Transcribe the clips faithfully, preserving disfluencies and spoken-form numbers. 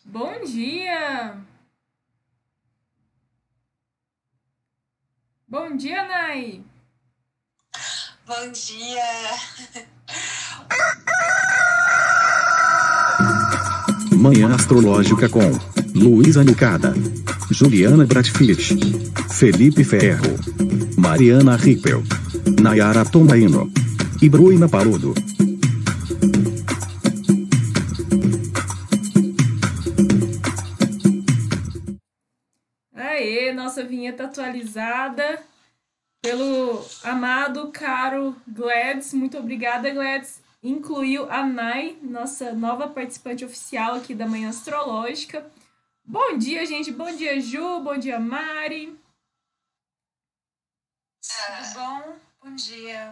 Bom dia! Bom dia, Nai! Bom dia! Manhã Astrológica com Luísa Nucada, Juliana Bratfit, Felipe Ferro, Mariana Rippel, Nayara Tombaino e Bruna Paludo. Aê, nossa vinheta atualizada pelo amado, caro Gladys. Muito obrigada, Gladys. Incluiu a Nai, nossa nova participante oficial aqui da Manhã Astrológica. Bom dia, gente. Bom dia, Ju. Bom dia, Mari. Ah, Tudo bom? bom dia!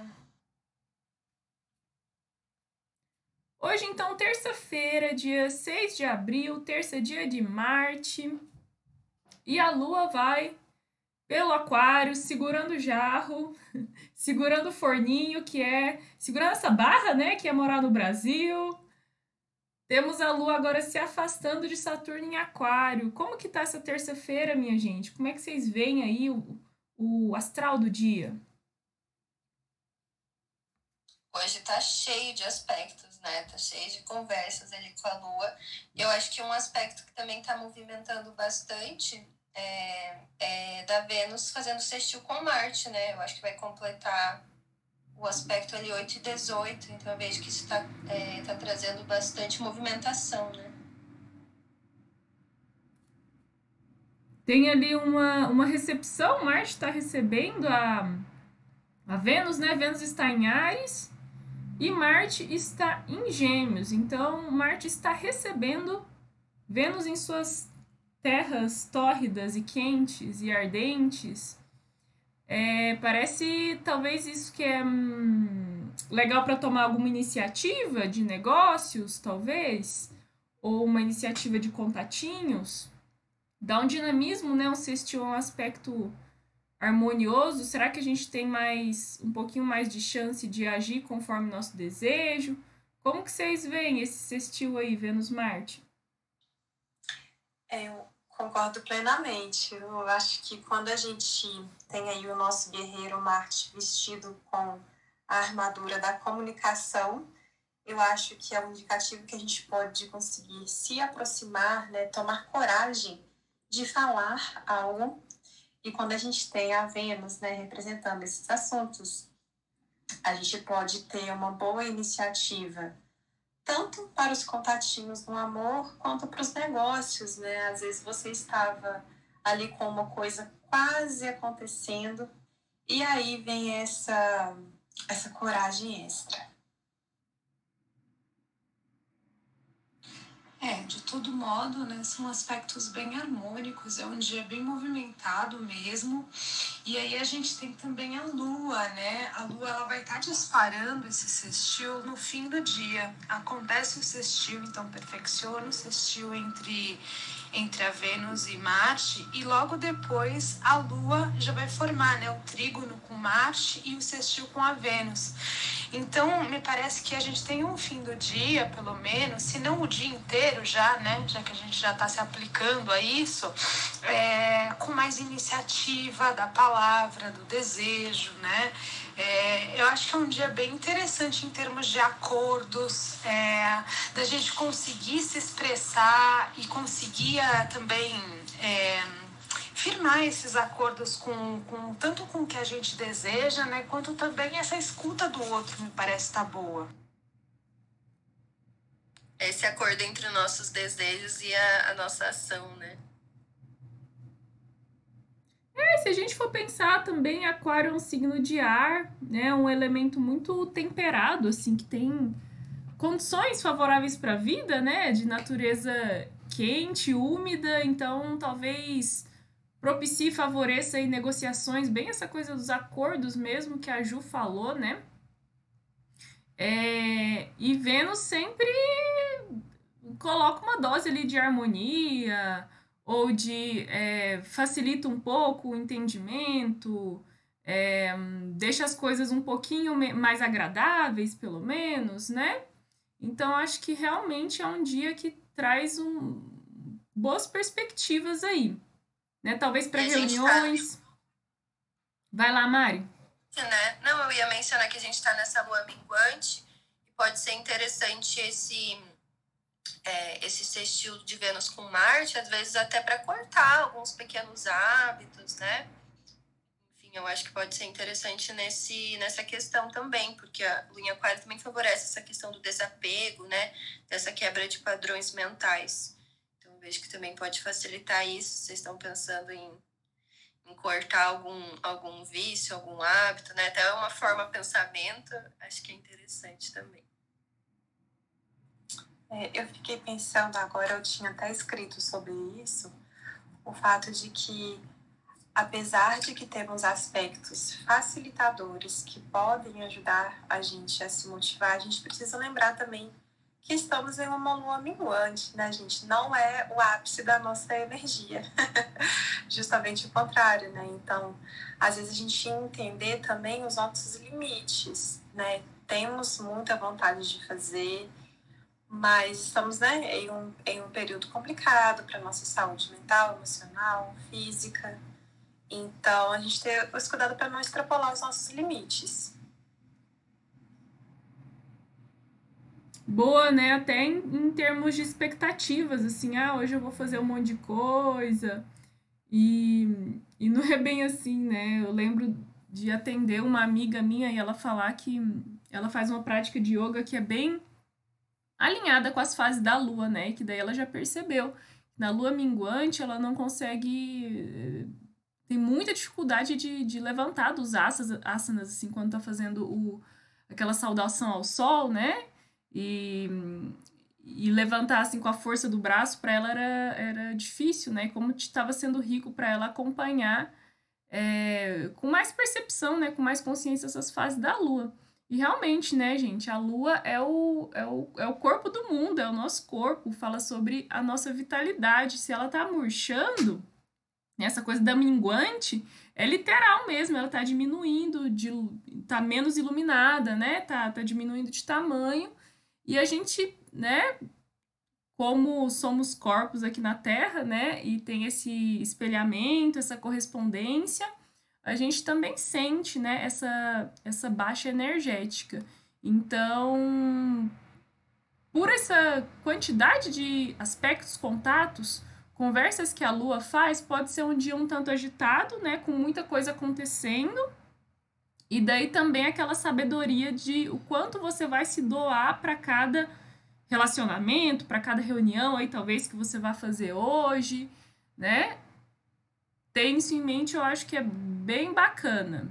Hoje, então, terça-feira, dia seis de abril, terça dia de Marte. E a Lua vai pelo aquário, segurando o jarro, segurando o forninho, que é... Segurando essa barra, né, que é morar no Brasil. Temos a Lua agora se afastando de Saturno em aquário. Como que tá essa terça-feira, minha gente? Como é que vocês veem aí o, o astral do dia? Hoje tá cheio de aspectos, né? Tá cheio de conversas ali com a Lua. Eu acho que um aspecto que também tá movimentando bastante é, é da Vênus fazendo sextil com Marte, né? Eu acho que vai completar o aspecto ali oito e dezoito, então eu vejo que isso tá, é, tá trazendo bastante movimentação, né? Tem ali uma, uma recepção, Marte está recebendo a, a Vênus, né? Vênus está em Áries e Marte está em Gêmeos. Então, Marte está recebendo Vênus em suas terras tórridas e quentes e ardentes. É, parece talvez isso que é hum, legal para tomar alguma iniciativa de negócios, talvez, ou uma iniciativa de contatinhos. Dá um dinamismo, né? Um sextil é um aspecto harmonioso. Será que a gente tem mais um pouquinho mais de chance de agir conforme nosso desejo? Como que vocês veem esse sextil aí, Vênus-Marte? É, eu concordo plenamente. Eu acho que quando a gente tem aí o nosso guerreiro Marte vestido com a armadura da comunicação, eu acho que é um indicativo que a gente pode conseguir se aproximar, né, tomar coragem de falar algo. E quando a gente tem a Vênus, né, representando esses assuntos, a gente pode ter uma boa iniciativa, tanto para os contatinhos no amor, quanto para os negócios, né? Às vezes você estava ali com uma coisa quase acontecendo, e aí vem essa, essa coragem extra. É, de todo modo, né, são aspectos bem harmônicos, é um dia bem movimentado mesmo. E aí a gente tem também a Lua, né? A Lua ela vai estar disparando esse sextil no fim do dia. Acontece o sextil, então perfecciona o sextil entre, entre a Vênus e Marte, e logo depois a Lua já vai formar, né, o trígono com Marte e o sextil com a Vênus. Então, me parece que a gente tem um fim do dia, pelo menos, se não o dia inteiro já, né? Já que a gente já está se aplicando a isso, é, com mais iniciativa da palavra, do desejo, né? É, eu acho que é um dia bem interessante em termos de acordos, é, da gente conseguir se expressar e conseguir também... É, firmar esses acordos com, com tanto com o que a gente deseja, né, quanto também essa escuta do outro me parece estar boa. Esse acordo entre nossos desejos e a, a nossa ação, né? É, se a gente for pensar também, Aquário é um signo de ar, né? Um elemento muito temperado, assim, que tem condições favoráveis para a vida, né? De natureza quente, úmida, então talvez propicie e favoreça aí negociações, bem essa coisa dos acordos mesmo que a Ju falou, né? É, e Vênus sempre coloca uma dose ali de harmonia ou de é, facilita um pouco o entendimento, é, deixa as coisas um pouquinho mais agradáveis, pelo menos, né? Então acho que realmente é um dia que traz um boas perspectivas aí, né? Talvez para E a gente tá- reuniões. Vai lá, Mari. né? Não, eu ia mencionar que a gente está nessa lua minguante e pode ser interessante esse, é, esse sextil de Vênus com Marte, às vezes até para cortar alguns pequenos hábitos, né? Enfim, eu acho que pode ser interessante nesse, nessa questão também, porque a lua em Aquário também favorece essa questão do desapego, né? Dessa quebra de padrões mentais. Então, eu vejo que também pode facilitar isso. Vocês estão pensando em em cortar algum, algum vício, algum hábito, né? Até uma forma de pensamento, acho que é interessante também. É, eu fiquei pensando agora, eu tinha até escrito sobre isso, o fato de que, apesar de que temos aspectos facilitadores que podem ajudar a gente a se motivar, a gente precisa lembrar também que estamos em uma lua minguante, né, gente? Não é o ápice da nossa energia. Justamente o contrário, né? Então, às vezes a gente entender também os nossos limites, né? Temos muita vontade de fazer, mas estamos, né, em um, em um período complicado para a nossa saúde mental, emocional, física. Então, a gente tem esse cuidado para não extrapolar os nossos limites. Boa, né? Até em, em termos de expectativas, assim, ah, hoje eu vou fazer um monte de coisa. E, e não é bem assim, né? Eu lembro de atender uma amiga minha e ela falar que ela faz uma prática de yoga que é bem alinhada com as fases da lua, né? Que daí ela já percebeu. Na lua minguante, ela não consegue. Tem muita dificuldade de, de levantar dos asanas, asanas, assim, quando tá fazendo o, aquela saudação ao sol, né? E, e levantar, assim, com a força do braço, para ela era, era difícil, né? Como estava sendo rico para ela acompanhar é, com mais percepção, né? Com mais consciência essas fases da lua. E realmente, né, gente, a lua é o, é, o, é o corpo do mundo, é o nosso corpo, fala sobre a nossa vitalidade. Se ela tá murchando, essa coisa da minguante, é literal mesmo, ela tá diminuindo, de, tá menos iluminada, né, tá, tá diminuindo de tamanho, e a gente, né, como somos corpos aqui na Terra, né, e tem esse espelhamento, essa correspondência, a gente também sente, né, essa, essa baixa energética. Então, por essa quantidade de aspectos, contatos, conversas que a Lua faz, pode ser um dia um tanto agitado, né, com muita coisa acontecendo, e daí também aquela sabedoria de o quanto você vai se doar para cada relacionamento, para cada reunião aí talvez que você vá fazer hoje, né? Ter isso em mente, eu acho que é bem bacana.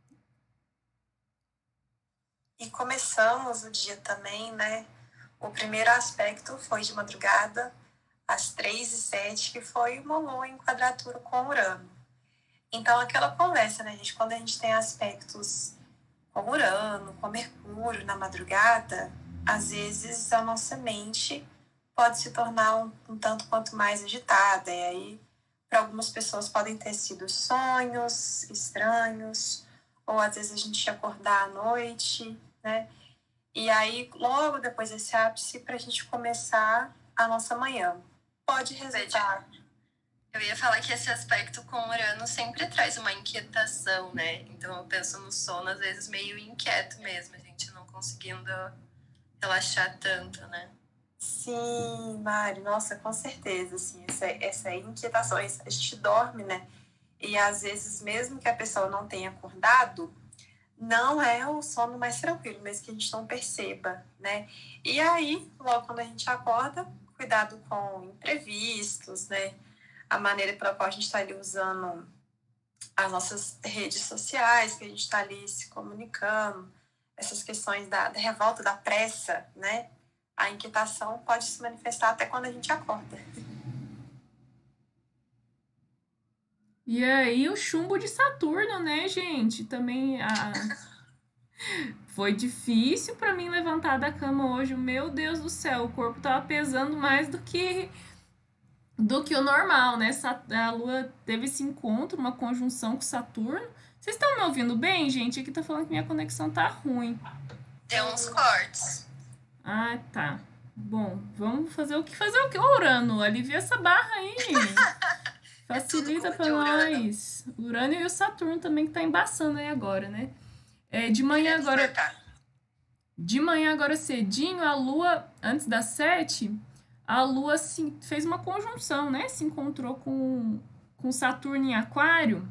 E começamos o dia também, né? O primeiro aspecto foi de madrugada, às três e sete, que foi uma lua em quadratura com Urano. Então, aquela conversa, né, gente? Quando a gente tem aspectos com Urano, com Mercúrio na madrugada, às vezes a nossa mente pode se tornar um, um tanto quanto mais agitada. E aí, para algumas pessoas, podem ter sido sonhos estranhos, ou às vezes a gente acordar à noite, né? E aí, logo depois desse ápice, para a gente começar a nossa manhã. Pode resultar. Eu ia falar que esse aspecto com Urano sempre traz uma inquietação, né? Então eu penso no sono, às vezes, meio inquieto mesmo, a gente não conseguindo relaxar tanto, né? Sim, Mari, nossa, com certeza, assim, essa, essa inquietação, a gente dorme, né? E às vezes, mesmo que a pessoa não tenha acordado, não é o sono mais tranquilo, mesmo que a gente não perceba, né? E aí, logo quando a gente acorda, cuidado com imprevistos, né? A maneira pela qual a gente está ali usando as nossas redes sociais, que a gente está ali se comunicando, essas questões da, da revolta, da pressa, né? A inquietação pode se manifestar até quando a gente acorda. E aí o chumbo de Saturno, né, gente? Também a... foi difícil para mim levantar da cama hoje. Meu Deus do céu, o corpo tava pesando mais do que do que o normal, né? A Lua teve esse encontro, uma conjunção com Saturno. Vocês estão me ouvindo bem, gente? Aqui tá falando que minha conexão tá ruim. Deu uns cortes. Ah, tá. Bom, vamos fazer o que fazer o que? Ô, Urano, alivia essa barra aí. É tudo Facilita culpa pra de Urano. nós. Urano e o Saturno também que tá embaçando aí agora, né? É, de manhã Querendo agora, flertar. de manhã agora cedinho, a Lua, antes das sete, a Lua se, fez uma conjunção, né? Se encontrou com, com Saturno em Aquário.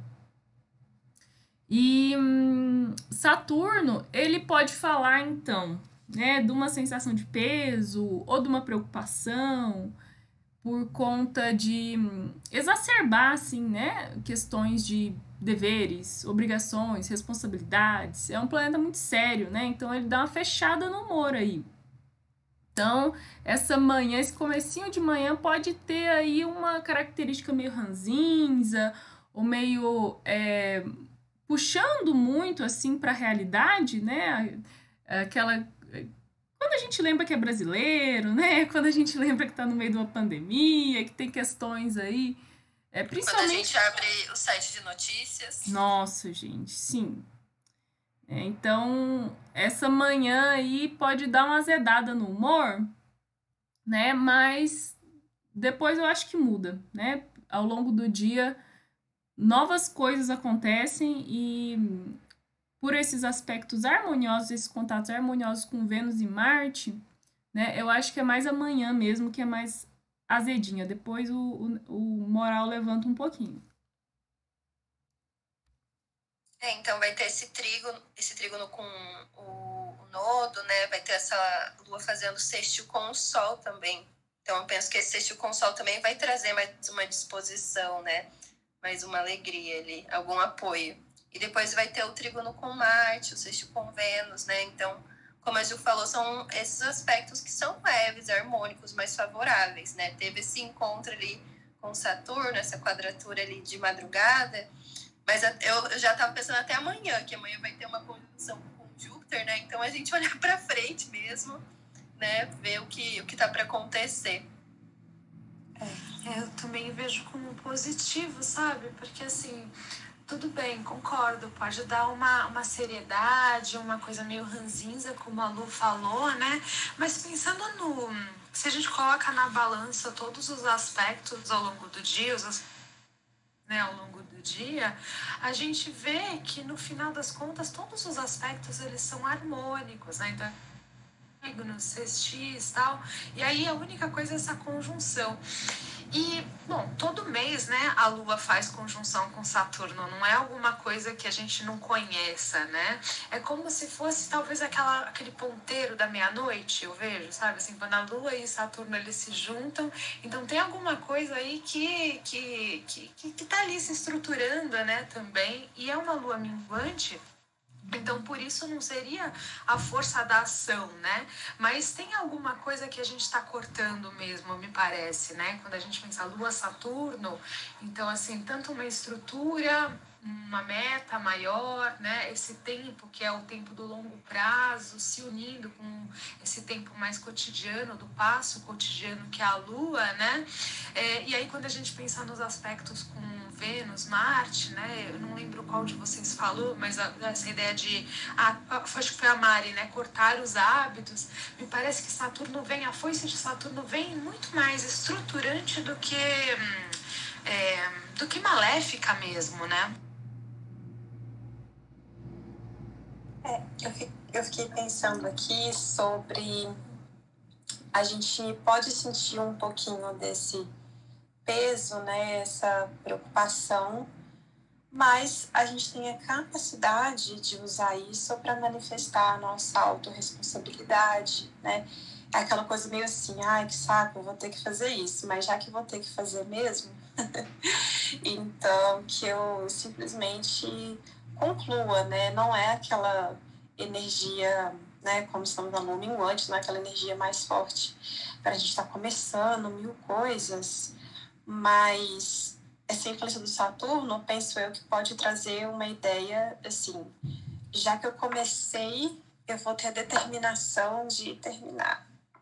E hum, Saturno, ele pode falar, então, né, de uma sensação de peso ou de uma preocupação por conta de hum, exacerbar, assim, né, questões de deveres, obrigações, responsabilidades. É um planeta muito sério, né? Então ele dá uma fechada no humor aí. Então, essa manhã, esse comecinho de manhã pode ter aí uma característica meio ranzinza, ou meio é, puxando muito assim para a realidade, né? Aquela quando a gente lembra que é brasileiro, né? Quando a gente lembra que está no meio de uma pandemia, que tem questões aí, é, Quando a principalmente. gente abre o site de notícias. Nossa, gente, sim. É, então, essa manhã aí pode dar uma azedada no humor, né? Mas depois eu acho que muda, né? Ao longo do dia, novas coisas acontecem e por esses aspectos harmoniosos, esses contatos harmoniosos com Vênus e Marte, né? Eu acho que é mais amanhã mesmo que é mais azedinha. Depois o, o, o moral levanta um pouquinho. É, então vai ter esse trígono, esse trígono com o, o nodo, né? Vai ter essa lua fazendo sextil com o sol também. Então eu penso que esse sextil com o sol também vai trazer mais uma disposição, né? Mais uma alegria ali, algum apoio. E depois vai ter o trígono com Marte, o sextil com Vênus, né? Então, como a Ju falou, são esses aspectos que são leves, harmônicos, mais favoráveis, né? Teve esse encontro ali com Saturno, essa quadratura ali de madrugada. Mas eu já estava pensando até amanhã, que amanhã vai ter uma conjunção com Júpiter, né? Então a gente olhar para frente mesmo, né? Ver o que o que tá para acontecer. É, eu também vejo como positivo, sabe? Porque assim, tudo bem, concordo, pode dar uma, uma seriedade, uma coisa meio ranzinza, como a Lu falou, né? Mas pensando no... Se a gente coloca na balança todos os aspectos ao longo do dia, os né, ao longo do dia, a gente vê que no final das contas todos os aspectos eles são harmônicos, né? Então, signos, sextis e tal. E aí a única coisa é essa conjunção. E, bom, todo mês, né, a Lua faz conjunção com Saturno, não é alguma coisa que a gente não conheça, né? É como se fosse talvez aquela, aquele ponteiro da meia-noite, eu vejo, sabe? Assim, quando a Lua e Saturno eles se juntam, então tem alguma coisa aí que, que, que, que, que tá ali se estruturando, né, também. E é uma Lua minguante. Então, por isso não seria a força da ação, né? Mas tem alguma coisa que a gente está cortando mesmo, me parece, né? Quando a gente pensa Lua, Saturno, então, assim, tanto uma estrutura, uma meta maior, né? Esse tempo que é o tempo do longo prazo, se unindo com esse tempo mais cotidiano, do passo cotidiano que é a Lua, né? É, e aí, quando a gente pensa nos aspectos com Vênus, Marte, né? Eu não lembro qual de vocês falou, mas a, essa ideia de, ah, acho que foi a Mari, né? Cortar os hábitos. Me parece que Saturno vem, a foice de Saturno vem muito mais estruturante do que, é, do que maléfica mesmo, né? É, eu, eu fiquei pensando aqui sobre... A gente pode sentir um pouquinho desse peso, né, essa preocupação, mas a gente tem a capacidade de usar isso para manifestar a nossa autorresponsabilidade, né? É aquela coisa meio assim, ai, que saco, eu vou ter que fazer isso, mas já que vou ter que fazer mesmo, então que eu simplesmente conclua, né? Não é aquela energia, né, como estamos na lua minguante, não é aquela energia mais forte para a gente estar tá começando mil coisas, mas essa influência do Saturno, penso eu, que pode trazer uma ideia assim, já que eu comecei, eu vou ter a determinação de terminar.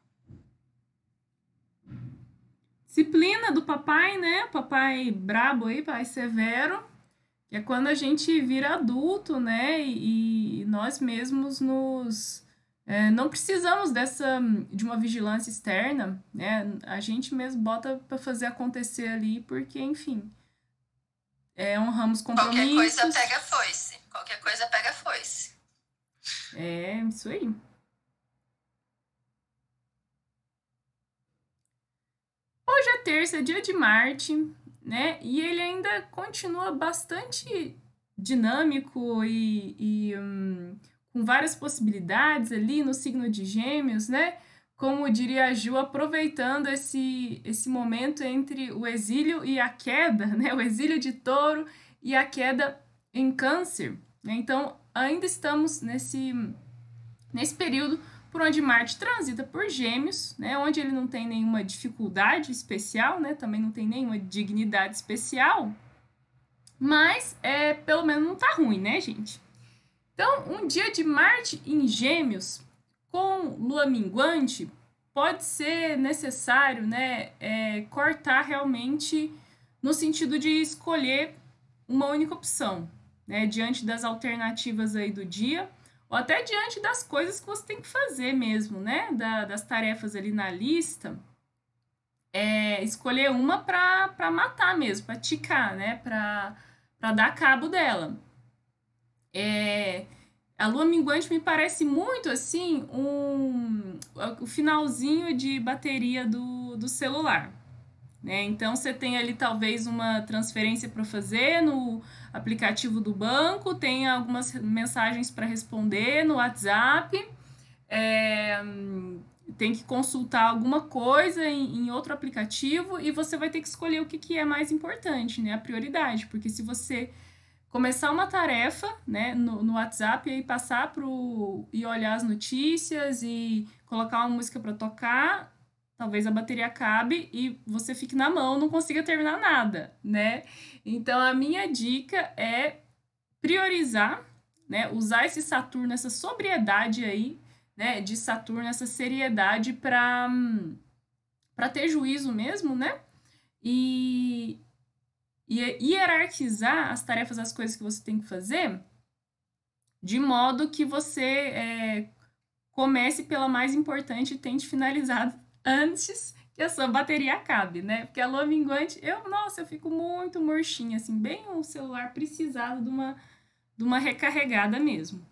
Disciplina do papai, né? Papai brabo aí, pai severo, que é quando a gente vira adulto, né? E, e nós mesmos nos, É, não precisamos dessa, de uma vigilância externa, né? A gente mesmo bota para fazer acontecer ali, porque, enfim, é, honramos compromissos. Qualquer coisa pega foice. Qualquer coisa pega foice. É, isso aí. Hoje é terça, dia de Marte, né? E ele ainda continua bastante dinâmico e, e hum, com várias possibilidades ali no signo de Gêmeos, né? Como diria a Ju, aproveitando esse, esse momento entre o exílio e a queda, né? O exílio de Touro e a queda em Câncer. Né? Então, ainda estamos nesse, nesse período por onde Marte transita por Gêmeos, né, onde ele não tem nenhuma dificuldade especial, né, também não tem nenhuma dignidade especial, mas é, pelo menos não tá ruim, né, gente? Então, um dia de Marte em Gêmeos com Lua minguante pode ser necessário, né, é, cortar realmente no sentido de escolher uma única opção, né, diante das alternativas aí do dia, ou até diante das coisas que você tem que fazer mesmo, né? Da, das tarefas ali na lista, é, escolher uma para matar mesmo, para ticar, né? Para dar cabo dela. É, a lua minguante me parece muito assim um, o finalzinho de bateria do, do celular. Né? Então, você tem ali talvez uma transferência para fazer no aplicativo do banco, tem algumas mensagens para responder no WhatsApp, é, tem que consultar alguma coisa em, em outro aplicativo e você vai ter que escolher o que, que é mais importante, né? A prioridade, porque se você começar uma tarefa, né, no, no WhatsApp e passar pro, e olhar as notícias e colocar uma música para tocar, talvez a bateria acabe e você fique na mão, não consiga terminar nada, né? Então, a minha dica é priorizar, né? Usar esse Saturno, essa sobriedade aí, né? De Saturno, essa seriedade para para ter juízo mesmo, né? E, e hierarquizar as tarefas, as coisas que você tem que fazer, de modo que você é, comece pela mais importante e tente finalizar antes que a sua bateria acabe, né? Porque a lua minguante, eu, nossa, eu fico muito murchinha, assim, bem o celular precisado de uma, de uma recarregada mesmo.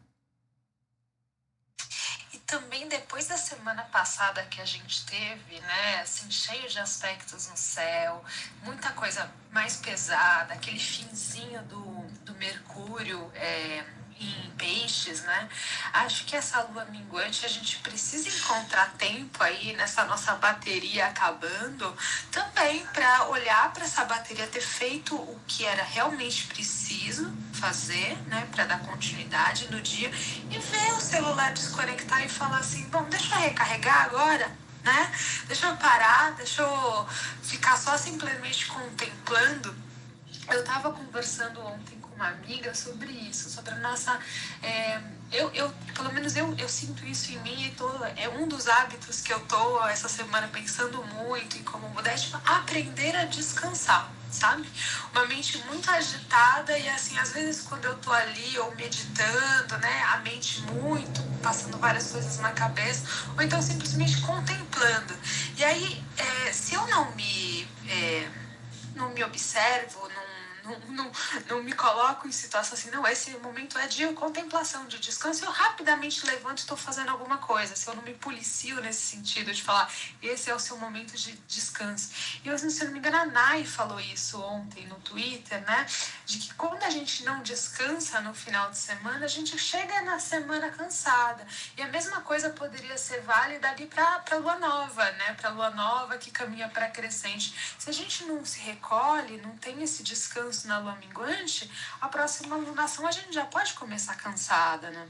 E também depois da semana passada que a gente teve, né, assim, cheio de aspectos no céu, muita coisa mais pesada, aquele finzinho do, do Mercúrio, é, em peixes, né? Acho que essa lua minguante a gente precisa encontrar tempo aí nessa nossa bateria acabando também para olhar para essa bateria, ter feito o que era realmente preciso fazer, né, para dar continuidade no dia e ver o celular desconectar e falar assim, bom, deixa eu recarregar agora, né? Deixa eu parar, deixa eu ficar só simplesmente contemplando. Eu tava conversando ontem com uma amiga sobre isso, sobre a nossa... É, eu, eu, pelo menos eu, eu sinto isso em mim e tô, é um dos hábitos que eu tô essa semana pensando muito em como mudar, é tipo, aprender a descansar, sabe? Uma mente muito agitada e assim, às vezes quando eu tô ali ou meditando, né, a mente muito, passando várias coisas na cabeça, ou então simplesmente contemplando. E aí, é, se eu não me... É, não me observo, não Não, não, não me coloco em situação assim, não, esse momento é de contemplação, de descanso, eu rapidamente levanto e estou fazendo alguma coisa, se eu não me policio nesse sentido de falar, esse é o seu momento de descanso. E eu, se eu não me engano, a Nai falou isso ontem no Twitter, né, de que quando a gente não descansa no final de semana, a gente chega na semana cansada, e a mesma coisa poderia ser válida ali para a lua nova, né, para a lua nova que caminha para crescente. Se a gente não se recolhe, não tem esse descanso na lua minguante, a próxima lunação a gente já pode começar cansada, né?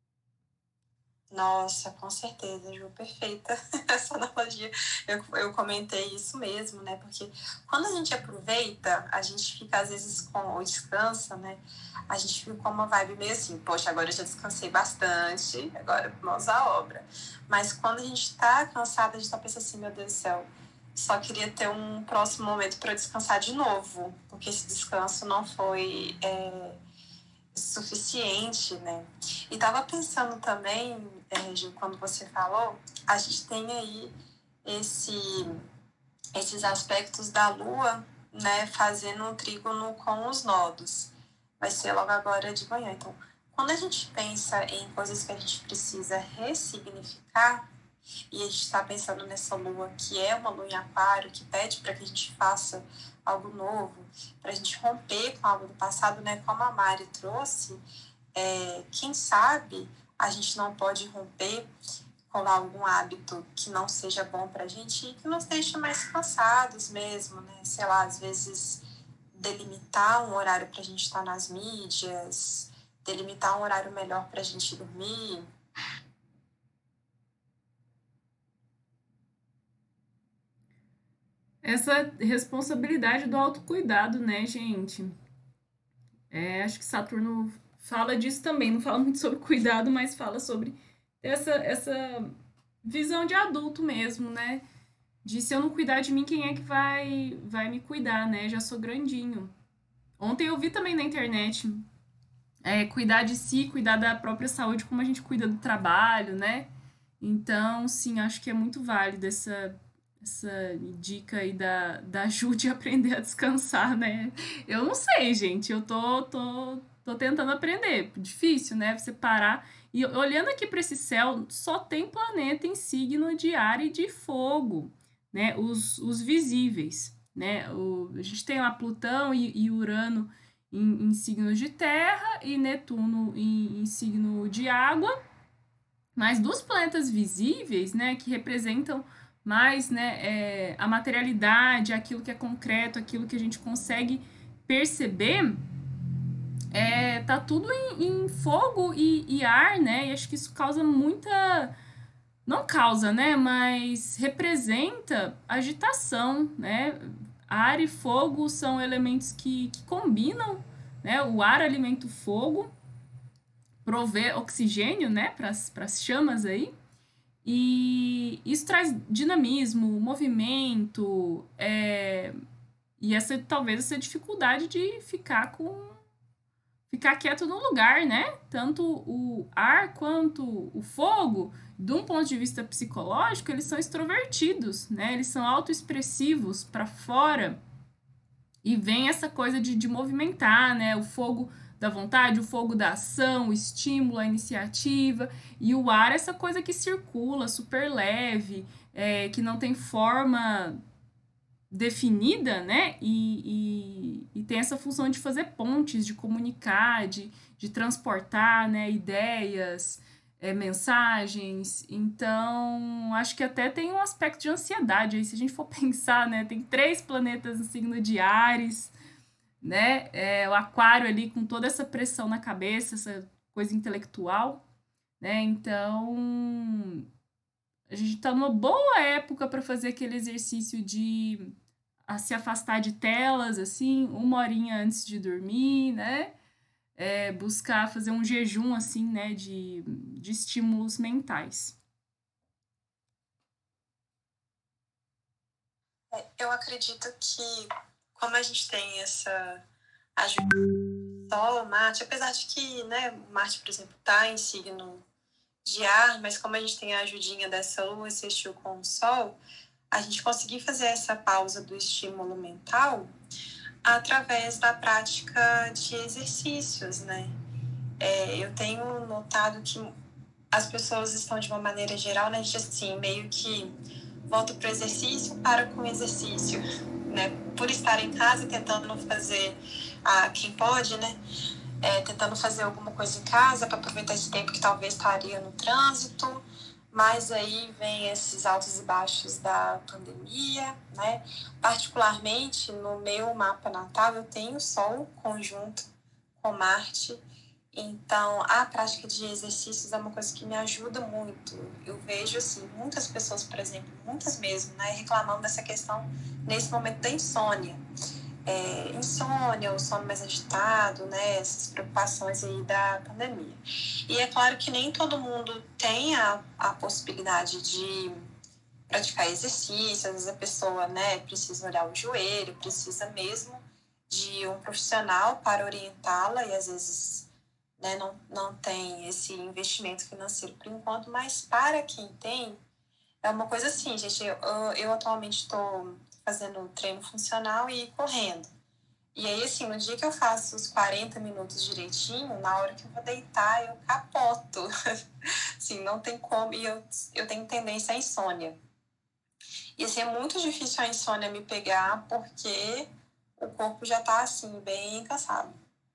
Nossa, com certeza, Ju, perfeita essa analogia. Eu, eu comentei isso mesmo, né? Porque quando a gente aproveita, a gente fica às vezes com ou descansa, né? A gente fica com uma vibe meio assim, poxa, agora eu já descansei bastante, agora vamos à obra. Mas quando a gente tá cansada, a gente tá pensando assim, meu Deus do céu, só queria ter um próximo momento para descansar de novo, porque esse descanso não foi, é, suficiente, né? E tava pensando também, é, Gil, quando você falou, a gente tem aí esse, esses aspectos da Lua, né, fazendo um trígono com os nodos. Vai ser logo agora de manhã. Então, quando a gente pensa em coisas que a gente precisa ressignificar, e a gente está pensando nessa lua que é uma lua em aquário, que pede para que a gente faça algo novo, para a gente romper com algo do passado, né? Como a Mari trouxe, é, quem sabe a gente não pode romper com algum hábito que não seja bom para a gente e que nos deixe mais cansados mesmo, né? Sei lá, às vezes delimitar um horário para a gente estar nas mídias, delimitar um horário melhor para a gente dormir. Essa responsabilidade do autocuidado, né, gente? É, acho que Saturno fala disso também, não fala muito sobre cuidado, mas fala sobre essa, essa visão de adulto mesmo, né? De se eu não cuidar de mim, quem é que vai, vai me cuidar, né? Já sou grandinho. Ontem eu vi também na internet é, cuidar de si, cuidar da própria saúde, como a gente cuida do trabalho, né? Então, sim, acho que é muito válido essa, essa dica aí da, da Ju de aprender a descansar, né? Eu não sei, gente, eu tô, tô, tô tentando aprender. Difícil, né? Você parar. E olhando aqui para esse céu, só tem planeta em signo de ar e de fogo, né? Os, os visíveis, né? O, a gente tem lá Plutão e, e Urano em, em signos de terra e Netuno em, em signo de água. Mas dos planetas visíveis, né, que representam mais, né, é, a materialidade, aquilo que é concreto, aquilo que a gente consegue perceber, é, tá tudo em, em fogo e, e ar, né? E acho que isso causa muita... Não causa, né? Mas representa agitação, né? Ar e fogo são elementos que, que combinam, né? O ar alimenta o fogo, prover oxigênio, né, para as chamas aí, e isso traz dinamismo, movimento, é, e essa talvez essa dificuldade de ficar com ficar quieto no lugar, né? Tanto o ar quanto o fogo, de um ponto de vista psicológico, eles são extrovertidos, né? Eles são autoexpressivos para fora. E vem essa coisa de, de movimentar, né? O fogo da vontade, o fogo da ação, o estímulo, a iniciativa. E o ar, essa coisa que circula, super leve, é, que não tem forma definida, né? E, e, e tem essa função de fazer pontes, de comunicar, de, de transportar, né? Ideias, é, mensagens. Então, acho que até tem um aspecto de ansiedade aí, se a gente for pensar, né? Tem três planetas no signo de Áries, né? É, o Aquário ali com toda essa pressão na cabeça, essa coisa intelectual, né? Então, a gente está numa boa época para fazer aquele exercício de a se afastar de telas, assim, uma horinha antes de dormir, né? É, buscar fazer um jejum, assim, né, de, de estímulos mentais. Eu acredito que, como a gente tem essa ajuda do Sol, Marte, apesar de que, né, Marte, por exemplo, está em signo de ar, mas como a gente tem a ajudinha dessa Lua sextil com o Sol, a gente conseguir fazer essa pausa do estímulo mental através da prática de exercícios, né? É, eu tenho notado que as pessoas estão, de uma maneira geral, né, assim, meio que voltam para o exercício, para com o exercício, né? Por estar em casa tentando fazer, ah, quem pode, né? É, tentando fazer alguma coisa em casa para aproveitar esse tempo que talvez estaria no trânsito, mas aí vem esses altos e baixos da pandemia, né? Particularmente no meu mapa natal eu tenho Sol conjunto com Marte, então a prática de exercícios é uma coisa que me ajuda muito. Eu vejo assim muitas pessoas, por exemplo, muitas mesmo, né, reclamando dessa questão nesse momento da insônia. É, insônia, o sono mais agitado, né, essas preocupações aí da pandemia. E é claro que nem todo mundo tem a, a possibilidade de praticar exercício, às vezes a pessoa, né, precisa olhar o joelho, precisa mesmo de um profissional para orientá-la, e às vezes né, não, não tem esse investimento financeiro por enquanto, mas para quem tem, é uma coisa assim, gente, eu, eu, eu atualmente estou fazendo treino funcional e correndo. E aí, assim, no dia que eu faço os quarenta minutos direitinho, na hora que eu vou deitar, eu capoto. Assim, não tem como, e eu, eu tenho tendência à insônia. E assim, é muito difícil a insônia me pegar, porque o corpo já tá, assim, bem cansado.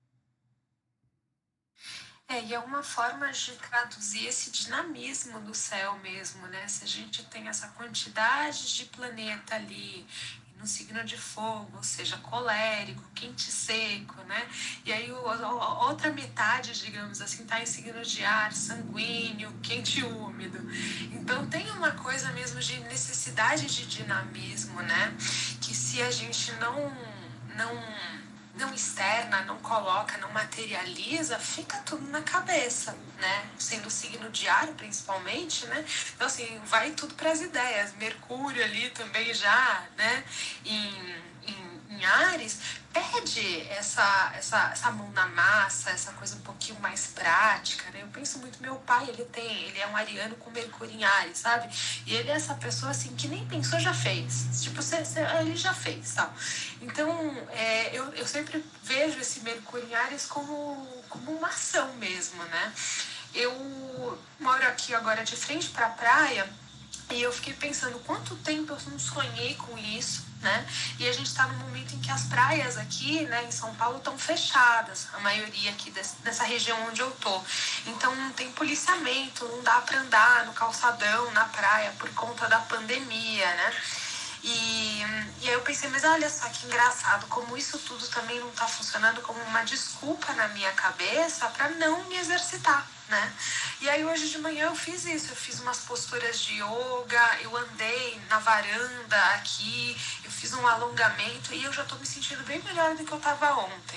É, e é uma forma de traduzir esse dinamismo do céu mesmo, né? Se a gente tem essa quantidade de planeta ali, no signo de fogo, ou seja, colérico, quente e seco, né? E aí o, a outra metade, digamos assim, tá em signo de ar, sanguíneo, quente e úmido. Então tem uma coisa mesmo de necessidade de dinamismo, né? Que se a gente não... não não externa, não coloca, não materializa, fica tudo na cabeça, né? Sendo signo de ar, principalmente, né? Então, assim, vai tudo para as ideias. Mercúrio ali também já, né? Em, em, em Áries, pede essa, essa, essa mão na massa, essa coisa um pouquinho mais prática, né? Eu penso muito, meu pai, ele tem, ele é um ariano com Mercúrio em Áries, sabe? E ele é essa pessoa, assim, que nem pensou, já fez. Tipo, cê, cê, ele já fez, tal. Então, é, eu, eu sempre vejo esse Mercúrio em Áries como, como uma ação mesmo, né? Eu moro aqui agora de frente para a praia e eu fiquei pensando quanto tempo eu não sonhei com isso, né? E a gente está num momento em que as praias aqui, né, em São Paulo estão fechadas, a maioria aqui desse, dessa região onde eu tô. Então não tem policiamento, não dá para andar no calçadão, na praia, por conta da pandemia, né? E, e aí eu pensei, mas olha só que engraçado, como isso tudo também não está funcionando como uma desculpa na minha cabeça para não me exercitar, né? E aí hoje de manhã eu fiz isso, eu fiz umas posturas de yoga, eu andei na varanda aqui, eu fiz um alongamento e eu já estou me sentindo bem melhor do que eu estava ontem.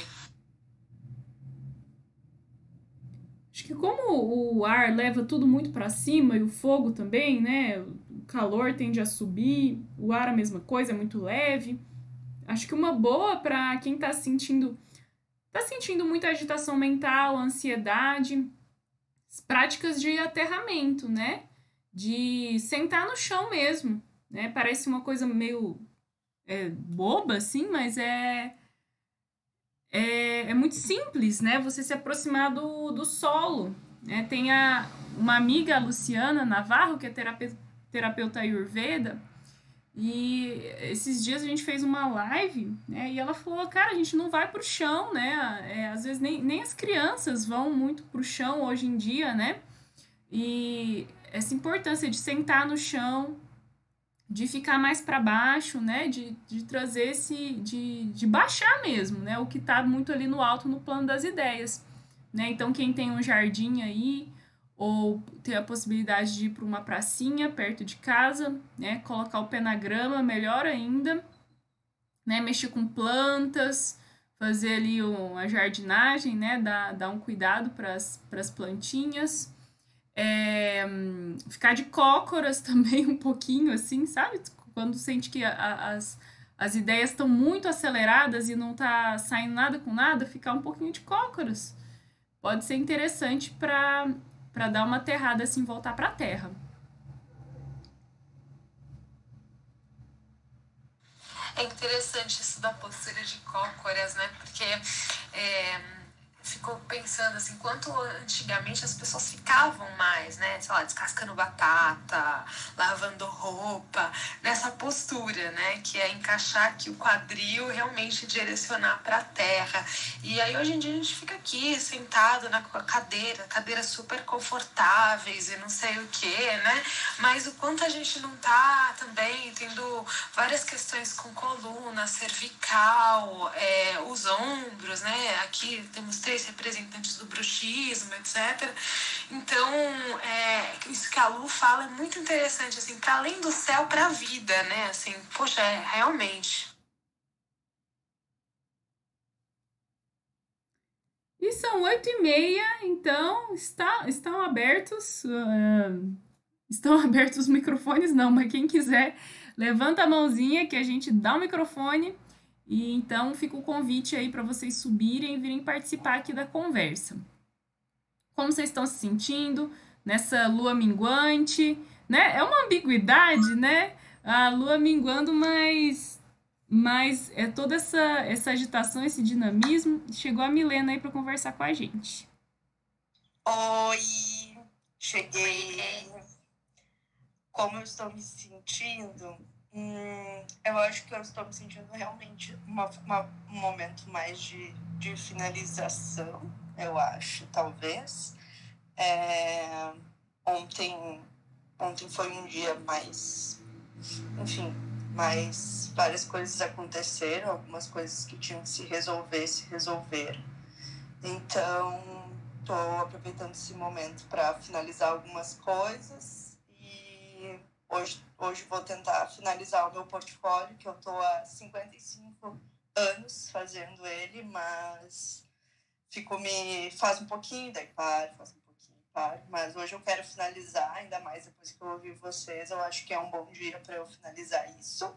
Acho que como o ar leva tudo muito para cima e o fogo também, né? O calor tende a subir, o ar a mesma coisa, é muito leve. Acho que uma boa para quem tá sentindo tá sentindo muita agitação mental, ansiedade, práticas de aterramento, né? De sentar no chão mesmo, né? Parece uma coisa meio é, boba, assim, mas é, é, é muito simples, né? Você se aproximar do, do solo, né? Tem a, uma amiga, a Luciana Navarro, que é terapeuta, terapeuta Ayurveda, e esses dias a gente fez uma live, né? E ela falou, cara, a gente não vai pro chão, né? É, às vezes nem, nem as crianças vão muito pro chão hoje em dia, né? E essa importância de sentar no chão, de ficar mais para baixo, né? De, de trazer esse... De, de baixar mesmo, né? O que tá muito ali no alto, no plano das ideias, né? Então, quem tem um jardim aí, ou ter a possibilidade de ir para uma pracinha perto de casa, né? Colocar o pé na grama, melhor ainda, né? Mexer com plantas, fazer ali uma jardinagem, né? Dar, dar um cuidado para as plantinhas. É, ficar de cócoras também um pouquinho, assim, sabe? Quando sente que a, a, as, as ideias estão muito aceleradas e não tá saindo nada com nada, ficar um pouquinho de cócoras. Pode ser interessante para para dar uma aterrada assim, voltar para a terra. É interessante isso da postura de cócoras, né? Porque é, ficou pensando assim, quanto antigamente as pessoas ficavam mais, né? Sei lá, descascando batata, lavando roupa, nessa postura, né? Que é encaixar aqui o quadril, realmente direcionar para a terra. E aí hoje em dia a gente fica aqui, sentado na cadeira, cadeiras super confortáveis e não sei o que, né? Mas o quanto a gente não tá também tendo várias questões com coluna, cervical, é, os ombros, né? Aqui temos três representantes do bruxismo, etcétera. Então, é, isso que a Lu fala é muito interessante, assim, para além do céu, para a vida, né? Assim, poxa, é, realmente. E são oito e meia, então está, estão abertos, uh, estão abertos os microfones, não, mas quem quiser, levanta a mãozinha que a gente dá o microfone. E então fica o convite aí para vocês subirem e virem participar aqui da conversa. como vocês estão se sentindo nessa lua minguante, né? É uma ambiguidade, né? A lua minguando, mas, mas é toda essa, essa agitação, esse dinamismo. Chegou a Milena aí para conversar com a gente. Oi, cheguei. Como eu estou me sentindo? Hum, eu acho que eu estou me sentindo realmente uma, uma, um momento mais de, de finalização, eu acho, talvez. É, ontem, ontem foi um dia mais, enfim, mais várias coisas aconteceram, algumas coisas que tinham que se resolver, se resolveram. Então, estou aproveitando esse momento para finalizar algumas coisas e hoje, hoje vou tentar finalizar o meu portfólio, que eu estou há cinquenta e cinco anos fazendo ele, mas fico me faz um pouquinho, daí paro, faz um pouquinho, paro. Mas hoje eu quero finalizar, ainda mais depois que eu ouvi vocês, eu acho que é um bom dia para eu finalizar isso.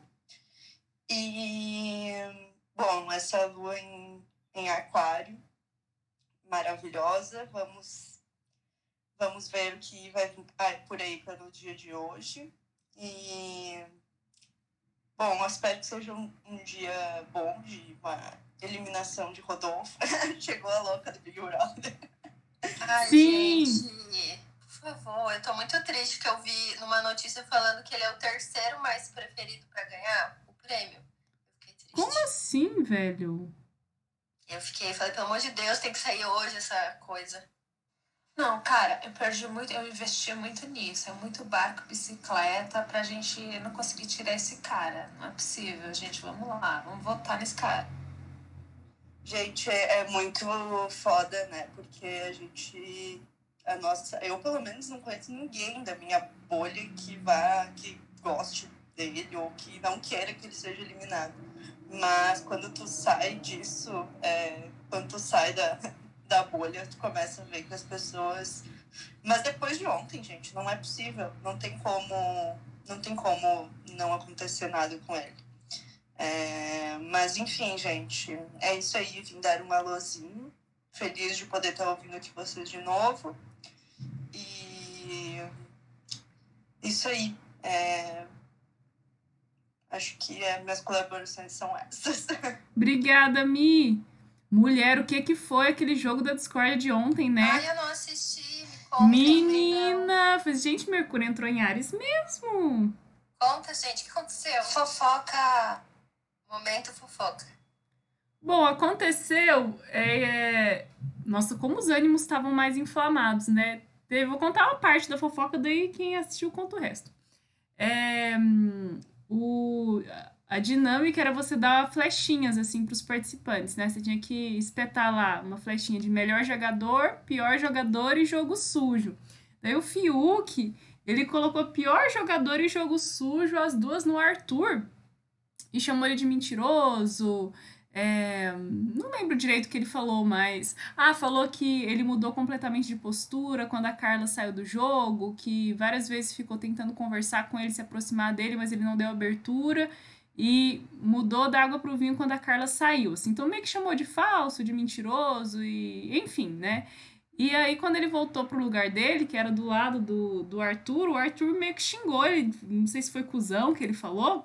E, bom, essa lua em, em aquário, maravilhosa, vamos, vamos ver o que vai vir por aí pelo dia de hoje. E, bom, espero que seja um, um dia bom, de uma eliminação de Rodolfo. Chegou a louca do Big Brother. Ai, Sim. gente, por favor, eu tô muito triste que eu vi numa notícia falando que ele é o terceiro mais preferido pra ganhar o prêmio. Eu fiquei triste. Como assim, velho? Eu fiquei, falei, pelo amor de Deus, tem que sair hoje essa coisa. Não, cara, eu perdi muito, eu investi muito nisso. É muito barco, bicicleta pra gente não conseguir tirar esse cara. Não é possível, gente. Vamos lá, vamos votar nesse cara. Gente, é, é muito foda, né? Porque a gente... A nossa, eu, pelo menos, não conheço ninguém da minha bolha que vá, que goste dele ou que não queira que ele seja eliminado. Mas quando tu sai disso, é, quando tu sai da, da bolha, tu começa a ver que as pessoas... Mas depois de ontem, gente, não é possível. Não tem como, não tem como não acontecer nada com ele. É, mas, enfim, gente, é isso aí. Vim dar um alôzinho. Feliz de poder estar ouvindo aqui vocês de novo. E isso aí. É... Acho que é, minhas colaborações são essas. Obrigada, Mi. Mulher, o que que foi aquele jogo da Discord de ontem, né? Ai, eu não assisti, me conta. Menina, falei, gente, Mercúrio entrou em Áries mesmo. Conta, gente, o que aconteceu? Fofoca! Momento fofoca. Bom, aconteceu. É... Nossa, como os ânimos estavam mais inflamados, né? Eu vou contar uma parte da fofoca, daí quem assistiu conta o resto. É... O... A dinâmica era você dar flechinhas, assim, pros participantes, né? Você tinha que espetar lá uma flechinha de melhor jogador, pior jogador e jogo sujo. Daí o Fiuk, ele colocou pior jogador e jogo sujo, as duas no Arthur, e chamou ele de mentiroso. É, não lembro direito o que ele falou, mas... Ah, falou que ele mudou completamente de postura quando a Carla saiu do jogo, que várias vezes ficou tentando conversar com ele, se aproximar dele, mas ele não deu abertura, e mudou da água pro vinho quando a Carla saiu. Assim, então meio que chamou de falso, de mentiroso, e enfim, né? E aí, quando ele voltou pro lugar dele, que era do lado do, do Arthur, o Arthur meio que xingou ele, não sei se foi cuzão que ele falou.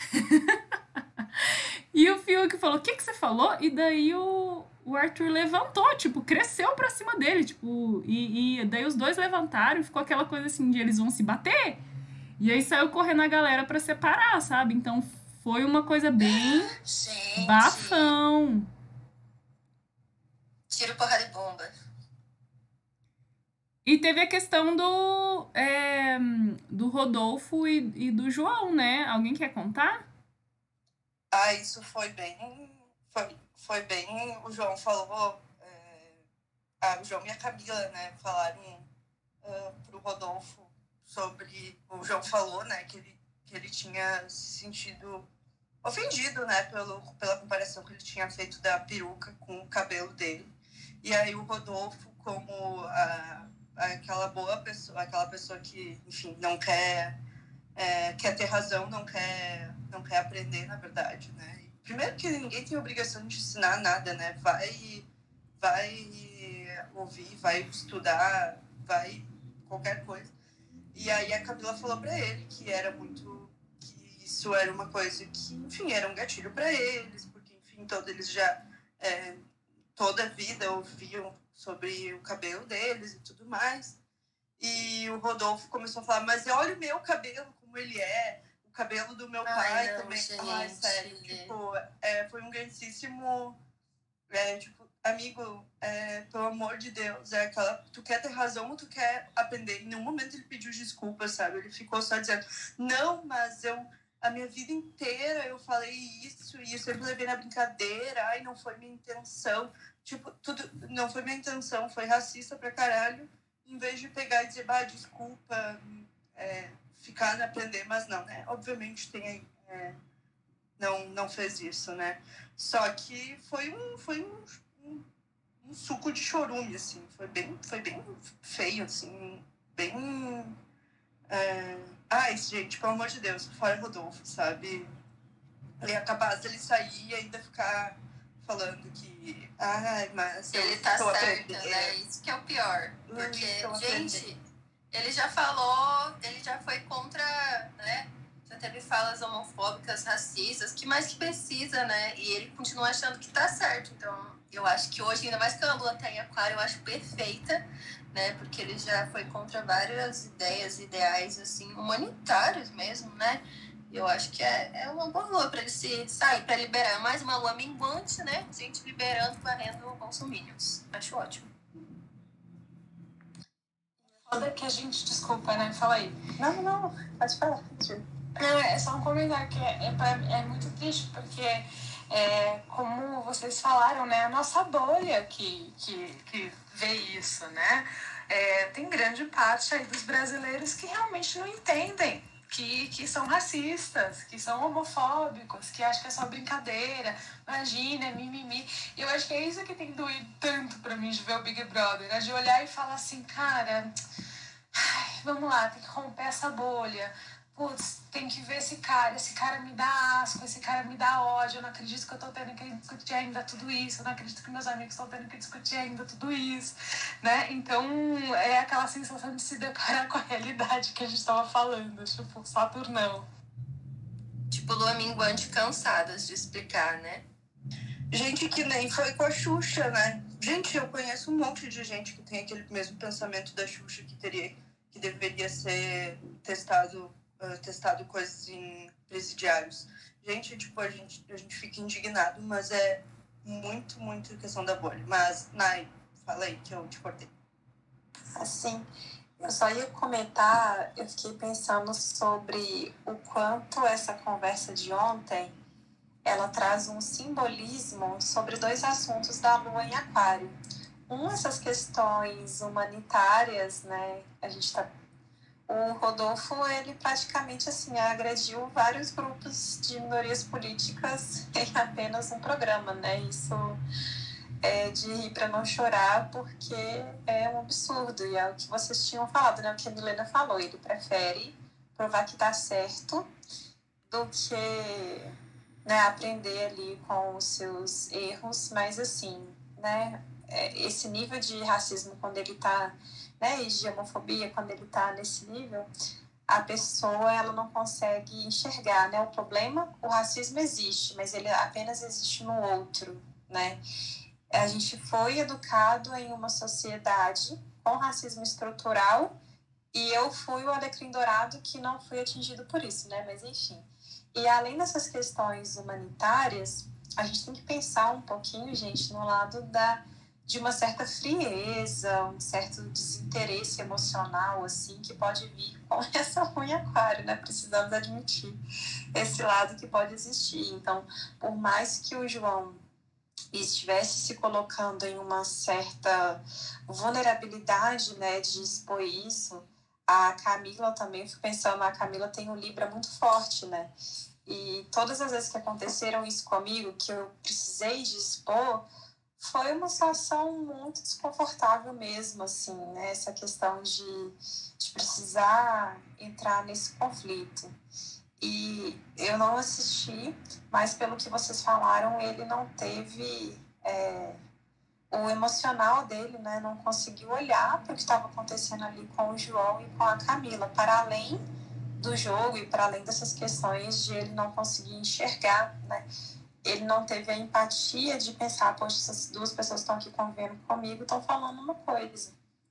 E o Fiuk falou, o que que você falou? E daí o, o Arthur levantou, tipo, cresceu pra cima dele, tipo, e, e daí os dois levantaram e ficou aquela coisa assim de eles vão se bater. E aí saiu correndo a galera pra separar, sabe? Então foi uma coisa bem Gente, bafão. tiro, porrada e bomba. E teve a questão do, é, do Rodolfo e, e do João, né? Alguém quer contar? Ah, isso foi bem... Foi, foi bem... O João falou... É, ah, o João e a Camila, né? Falaram uh, pro Rodolfo sobre... O João falou, né? Que ele, que ele tinha se sentido ofendido, né? Pelo, pela comparação que ele tinha feito da peruca com o cabelo dele. E aí o Rodolfo, como a, aquela boa pessoa... Aquela pessoa que, enfim, não quer... É, quer ter razão, não quer, não quer aprender, na verdade, né? Primeiro que ninguém tem obrigação de ensinar nada, né? Vai, vai vai ouvir, vai estudar, vai qualquer coisa. E aí a Camila falou pra ele que era muito... que isso era uma coisa que, enfim, era um gatilho pra eles, porque, enfim, todos eles já... É, toda a vida ouviam sobre o cabelo deles e tudo mais. E o Rodolfo começou a falar, mas olha o meu cabelo, como ele é, o cabelo do meu pai Ai, não, também. gente. Ai, sério, tipo, é, foi um grandíssimo, é, tipo, amigo, é, pelo amor de Deus, é aquela, tu quer ter razão ou tu quer aprender? Em nenhum momento ele pediu desculpas, sabe? Ele ficou só dizendo, não, mas eu, a minha vida inteira eu falei isso e eu sempre levei na brincadeira, ai, não foi minha intenção. Tipo, tudo, não foi minha intenção, foi racista pra caralho. Em vez de pegar e dizer, bah, desculpa, é, ficar na aprender, mas não, né? Obviamente tem, é, não, não fez isso, né? Só que foi um, foi um, um, um suco de chorume, assim. Foi bem, foi bem feio, assim. Bem... É... Ai, gente, pelo amor de Deus, fora Rodolfo, sabe? Ele é capaz dele sair e ainda ficar falando que... Ai, mas ele tá certo, né? Isso que é o pior. Porque, gente, ele já falou, ele já foi contra, né? Já teve falas homofóbicas, racistas, que mais que precisa, né? E ele continua achando que tá certo. Então, eu acho que hoje, ainda mais que a Lua tá em Aquário, eu acho perfeita, né? Porque ele já foi contra várias ideias, ideais, assim, humanitários mesmo, né? Eu acho que é, é uma boa lua para ele se sair, para liberar. Mais uma lua minguante, né? Gente liberando, varrendo bolsominions. Acho ótimo. Foda que a gente, desculpa, né? Fala aí. Não, não, pode falar. Não, é só um comentário que é, é, é muito triste, porque, é, como vocês falaram, né? A nossa bolha que, que, que vê isso, né? É, tem grande parte aí dos brasileiros que realmente não entendem. Que, que são racistas, que são homofóbicos, que acham que é só brincadeira, imagina, mimimi. E eu acho que é isso que tem doído tanto pra mim de ver o Big Brother, né? De olhar e falar assim, cara, ai, vamos lá, tem que romper essa bolha. Putz, tem que ver esse cara, esse cara me dá asco, esse cara me dá ódio, eu não acredito que eu tô tendo que discutir ainda tudo isso, eu não acredito que meus amigos estão tendo que discutir ainda tudo isso, né? Então, é aquela sensação de se deparar com a realidade que a gente tava falando, tipo, Saturnão. Tipo, lua minguante cansadas de explicar, né? Gente que nem foi com a Xuxa, né? Gente, eu conheço um monte de gente que tem aquele mesmo pensamento da Xuxa, que teria, que deveria ser testado... Uh, testado coisas em presidiários. Gente, tipo, a gente, a gente fica indignado, mas é muito, muito questão da bolha. Mas, Nai, fala aí que eu te cortei. Assim, eu só ia comentar, eu fiquei pensando sobre o quanto essa conversa de ontem, ela traz um simbolismo sobre dois assuntos da Lua em Aquário. Um, essas questões humanitárias, né, a gente tá o Rodolfo, ele praticamente assim, agrediu vários grupos de minorias políticas em apenas um programa, né? Isso é de rir para não chorar, porque é um absurdo. E é o que vocês tinham falado, né? O que a Milena falou. Ele prefere provar que tá certo do que, né, aprender ali com os seus erros. Mas assim, né? Esse nível de racismo, quando ele tá... né, e de homofobia, quando ele está nesse nível, a pessoa ela não consegue enxergar, né? O problema, o racismo existe, mas ele apenas existe no outro, né? A gente foi educado em uma sociedade com racismo estrutural e eu fui o alecrim dourado que não fui atingido por isso, né? Mas enfim. E além dessas questões humanitárias, a gente tem que pensar um pouquinho, gente, no lado da de uma certa frieza, um certo desinteresse emocional, assim, que pode vir com essa ruim aquário, né? Precisamos admitir esse lado que pode existir. Então, por mais que o João estivesse se colocando em uma certa vulnerabilidade, né, de expor isso, a Camila também, eu fico pensando, a Camila tem um Libra muito forte, né? E todas as vezes que aconteceram isso comigo, que eu precisei de expor, foi uma situação muito desconfortável mesmo, assim, né? Essa questão de, de precisar entrar nesse conflito. E eu não assisti, mas pelo que vocês falaram, ele não teve é, o emocional dele, né, não conseguiu olhar para o que estava acontecendo ali com o João e com a Camila, para além do jogo e para além dessas questões de ele não conseguir enxergar, né? Ele não teve a empatia de pensar, poxa, essas duas pessoas estão aqui convivendo comigo, estão falando uma coisa.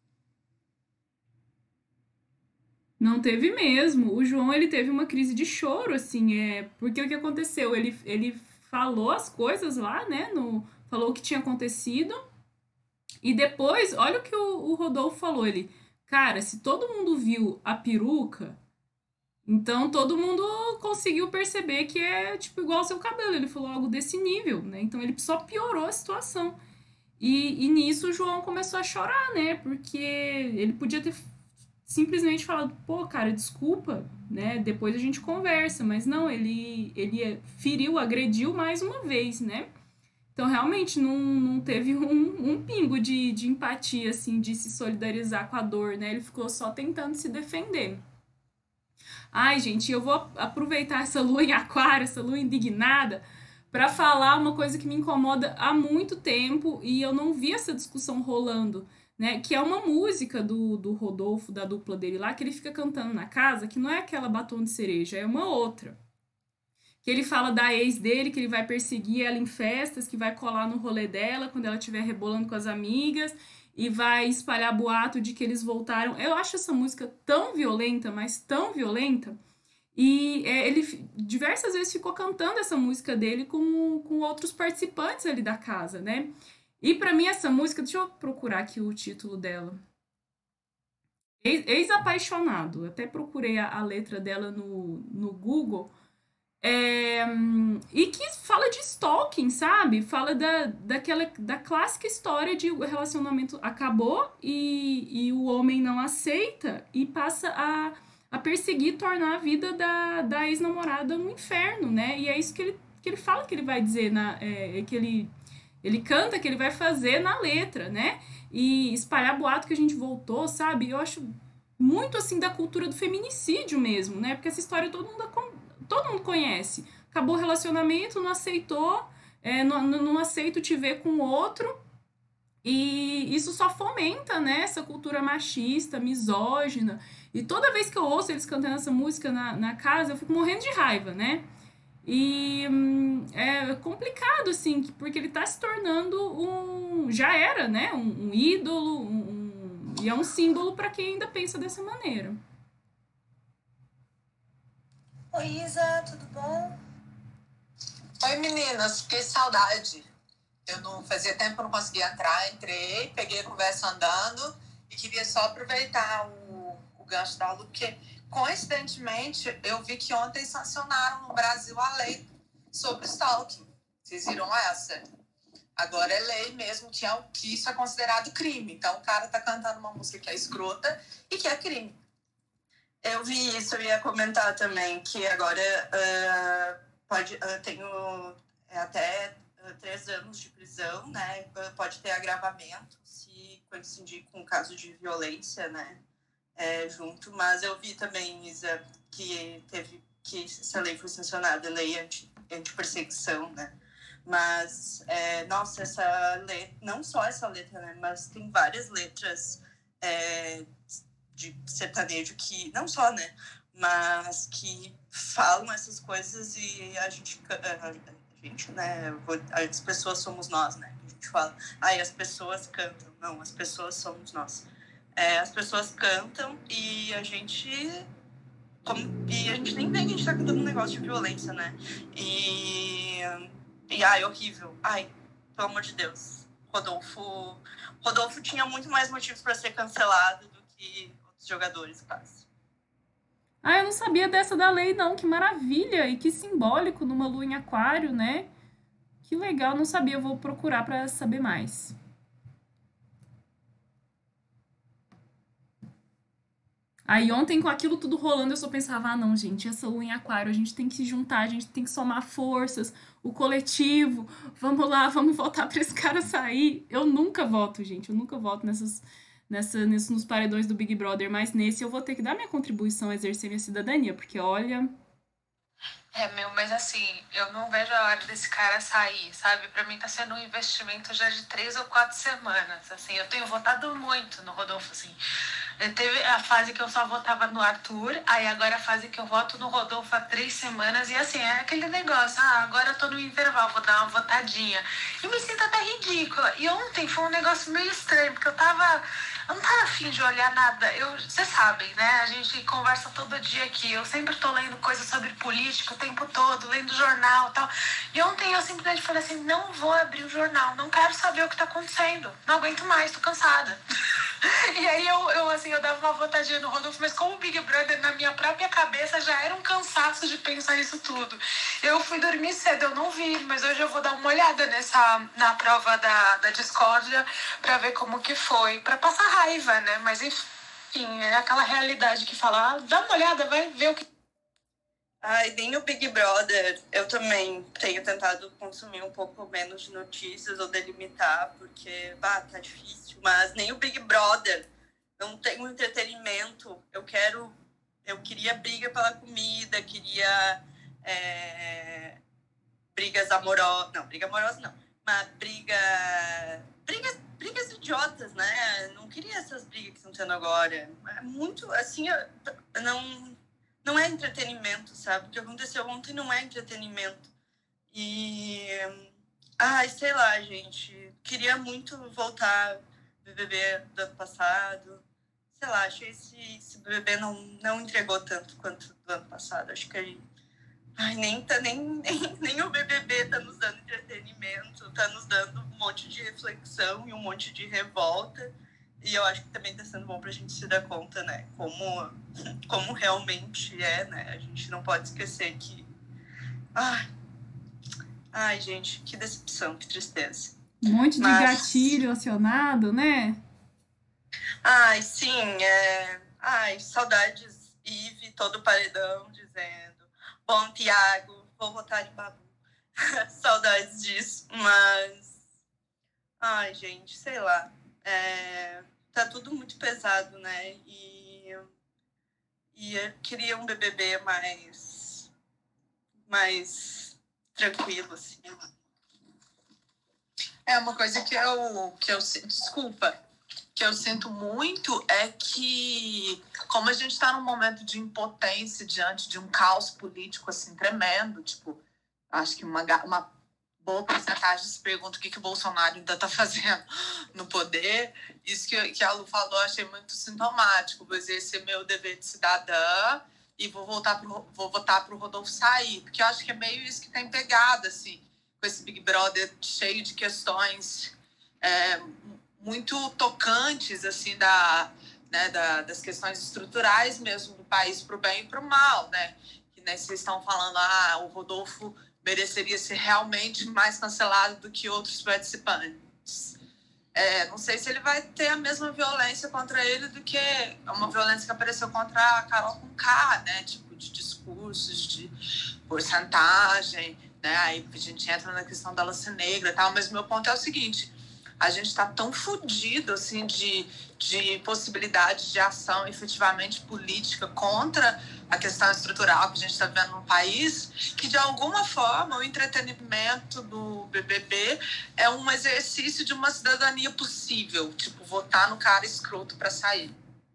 Não teve mesmo. O João, ele teve uma crise de choro, assim, é, porque o que aconteceu? Ele, ele falou as coisas lá, né, no, falou o que tinha acontecido, e depois, olha o que o, o Rodolfo falou, ele, cara, se todo mundo viu a peruca, então todo mundo conseguiu perceber que é, tipo, igual ao seu cabelo, ele falou algo desse nível, né, então ele só piorou a situação. E, e nisso o João começou a chorar, né, porque ele podia ter simplesmente falado, pô, cara, desculpa, né? Depois a gente conversa, mas não, ele, ele feriu, agrediu mais uma vez, né? Então, realmente, não, não teve um, um pingo de, de empatia, assim, de se solidarizar com a dor, né? Ele ficou só tentando se defender. Ai, gente, eu vou aproveitar essa lua em aquário, essa lua indignada, para falar uma coisa que me incomoda há muito tempo e eu não vi essa discussão rolando, né? Que é uma música do, do Rodolfo, da dupla dele lá, que ele fica cantando na casa, que não é aquela Batom de Cereja, é uma outra. Que ele fala da ex dele, que ele vai perseguir ela em festas, que vai colar no rolê dela quando ela estiver rebolando com as amigas e vai espalhar boato de que eles voltaram. Eu acho essa música tão violenta, mas tão violenta. E é, ele diversas vezes ficou cantando essa música dele com, com outros participantes ali da casa, né? E pra mim essa música, deixa eu procurar aqui o título dela. Ex-apaixonado. Até procurei a, a letra dela no, no Google. É, e que fala de stalking, sabe? Fala da, daquela, da clássica história de o relacionamento acabou e, e o homem não aceita e passa a, a perseguir, tornar a vida da, da ex-namorada um inferno, né? E é isso que ele, que ele fala que ele vai dizer, na, é, que ele, ele canta que ele vai fazer na letra, né? E espalhar boato que a gente voltou, sabe? Eu acho muito, assim, da cultura do feminicídio mesmo, né? Porque essa história todo mundo todo mundo conhece. Acabou o relacionamento, não aceitou, é, não, não aceito te ver com outro. E isso só fomenta, né, essa cultura machista, misógina. E toda vez que eu ouço eles cantando essa música na, na casa, eu fico morrendo de raiva, né? E hum, é complicado, assim, porque ele tá se tornando um... Já era, né? Um, um ídolo, um, um, e é um símbolo para quem ainda pensa dessa maneira. Oi, Isa, tudo bom? Oi, meninas, fiquei saudade. Eu não fazia tempo que eu não conseguia entrar, entrei, peguei a conversa andando e queria só aproveitar o, o gancho da Lu, porque coincidentemente eu vi que ontem sancionaram no Brasil a lei sobre stalking. Vocês viram essa? Agora é lei mesmo que, é, que isso é considerado crime. Então o cara tá cantando uma música que é escrota e que é crime. Eu vi isso, eu ia comentar também, que agora uh, pode, uh, tenho até uh, três anos de prisão, né? Uh, pode ter agravamento se coincidir com o caso de violência, né? É, junto, mas eu vi também, Isa, que teve que essa lei foi sancionada, lei anti, anti-perseguição, né? Mas, é, nossa, essa letra, não só essa letra, né? Mas tem várias letras é, de sertanejo que, não só, né, mas que falam essas coisas e a gente, a gente, né, as pessoas somos nós, né, a gente fala, ai, as pessoas cantam, não, as pessoas somos nós. É, as pessoas cantam e a gente, como, e a gente nem vê que a gente tá cantando um negócio de violência, né, e, e ai, horrível, ai, pelo amor de Deus, Rodolfo, Rodolfo tinha muito mais motivos para ser cancelado do que jogadores, quase. Ah, eu não sabia dessa da lei, não. Que maravilha! E que simbólico numa lua em aquário, né? Que legal, não sabia. Eu vou procurar para saber mais. Aí ontem, com aquilo tudo rolando, eu só pensava, ah, não, gente, essa lua em aquário, a gente tem que se juntar, a gente tem que somar forças, o coletivo, vamos lá, vamos votar para esse cara sair. Eu nunca voto, gente, eu nunca voto nessas... Nessa, nesse, nos paredões do Big Brother, mas nesse eu vou ter que dar minha contribuição a exercer minha cidadania, porque olha... É, meu, mas assim, eu não vejo a hora desse cara sair, sabe? Pra mim tá sendo um investimento já de três ou quatro semanas, assim. Eu tenho votado muito no Rodolfo, assim. Eu teve a fase que eu só votava no Arthur, aí agora a fase que eu voto no Rodolfo há três semanas, e assim, é aquele negócio, ah, agora eu tô no intervalo, vou dar uma votadinha. E me sinto até ridícula. E ontem foi um negócio meio estranho, porque eu tava... Eu não tava afim de olhar nada. Vocês sabem, né? A gente conversa todo dia aqui. Eu sempre tô lendo coisas sobre política o tempo todo, lendo jornal e tal. E ontem eu simplesmente falei assim, não vou abrir o jornal, não quero saber o que tá acontecendo. Não aguento mais, tô cansada. E aí eu, eu, assim, eu dava uma votadinha no Rodolfo, mas como o Big Brother na minha própria cabeça já era um cansaço de pensar isso tudo. Eu fui dormir cedo, eu não vi, mas hoje eu vou dar uma olhada nessa, na prova da, da discórdia pra ver como que foi, pra passar raiva, né? Mas enfim, é aquela realidade que fala, ah, dá uma olhada, vai ver o que... Ai, nem o Big Brother, eu também tenho tentado consumir um pouco menos de notícias ou delimitar, porque, bah, tá difícil, mas nem o Big Brother, não tem um entretenimento, eu quero, eu queria briga pela comida, queria é, brigas amorosas, não, briga amorosa não, mas briga, brigas, brigas idiotas, né, não queria essas brigas que estão tendo agora, é muito, assim, eu, não... Não é entretenimento, sabe? O que aconteceu ontem não é entretenimento. E... Ai, sei lá, gente. Queria muito voltar B B B do ano passado. Sei lá, achei esse, esse B B B não, não entregou tanto quanto do ano passado. Acho que aí... Ai, nem, tá, nem, nem, nem o B B B tá nos dando entretenimento. Tá nos dando um monte de reflexão e um monte de revolta. E eu acho que também está sendo bom para a gente se dar conta, né? Como, como realmente é, né? A gente não pode esquecer que... Ai, ai gente, que decepção, que tristeza. Um monte de Mas... gatilho acionado, né? Ai, sim. É... Ai, saudades, Ive, todo paredão, dizendo... Bom, Tiago, vou votar em Babu. Saudades disso, mas... Ai, gente, sei lá. É... Tá tudo muito pesado, né? E, e eu queria um B B B mais, mais tranquilo, assim. É uma coisa que eu, que eu... Desculpa. Que eu sinto muito é que, como a gente está num momento de impotência diante de um caos político, assim, tremendo, tipo, acho que uma... uma boa porcentagem se pergunta o que, que o Bolsonaro ainda está fazendo no poder. Isso que, que a Lu falou, achei muito sintomático. Vou exercer meu dever de cidadã e vou, voltar pro, vou votar para o Rodolfo sair. Porque eu acho que é meio isso que tem pegado, assim, com esse Big Brother cheio de questões é, muito tocantes, assim, da, né, da, das questões estruturais mesmo do país, para o bem e para o mal, né? Que né, vocês estão falando, ah, o Rodolfo mereceria ser realmente mais cancelado do que outros participantes. É, não sei se ele vai ter a mesma violência contra ele do que uma violência que apareceu contra a Carol Conká, né? Tipo, de discursos, de porcentagem, né? Aí a gente entra na questão da lance negra e tal, mas meu ponto é o seguinte, a gente está tão fodido, assim, de, de possibilidade de ação efetivamente política contra a questão estrutural que a gente está vivendo no país, que de alguma forma o entretenimento do B B B é um exercício de uma cidadania possível, tipo, votar no cara escroto para sair.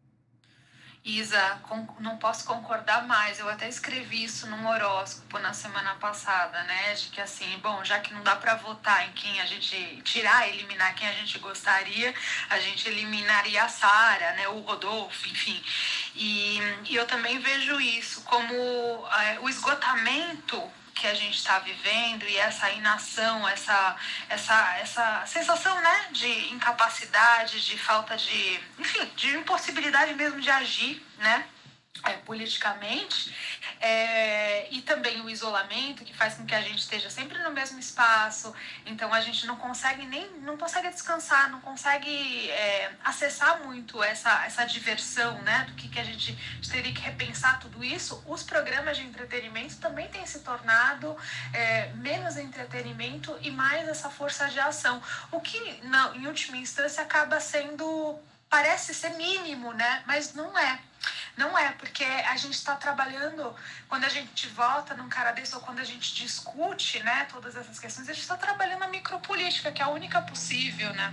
Isa, não posso concordar mais. Eu até escrevi isso num horóscopo na semana passada, né? De que assim, bom, já que não dá para votar em quem a gente tirar, eliminar quem a gente gostaria, a gente eliminaria a Sara, né? O Rodolfo, enfim. E, e eu também vejo isso como é, o esgotamento que a gente está vivendo e essa inação, essa, essa, essa sensação, né, de incapacidade, de falta de, enfim, de impossibilidade mesmo de agir, né, é, politicamente, é, e também o isolamento que faz com que a gente esteja sempre no mesmo espaço, então a gente não consegue nem, não consegue descansar, não consegue é, acessar muito essa, essa diversão, né, do que, que a gente teria que repensar tudo isso. Os programas de entretenimento também têm se tornado é, menos entretenimento e mais essa força de ação, o que, na, em última instância, acaba sendo, parece ser mínimo, né, mas não é. Não é, porque a gente está trabalhando, quando a gente vota num cara desse, ou quando a gente discute, né, todas essas questões, a gente está trabalhando a micropolítica, que é a única possível, né?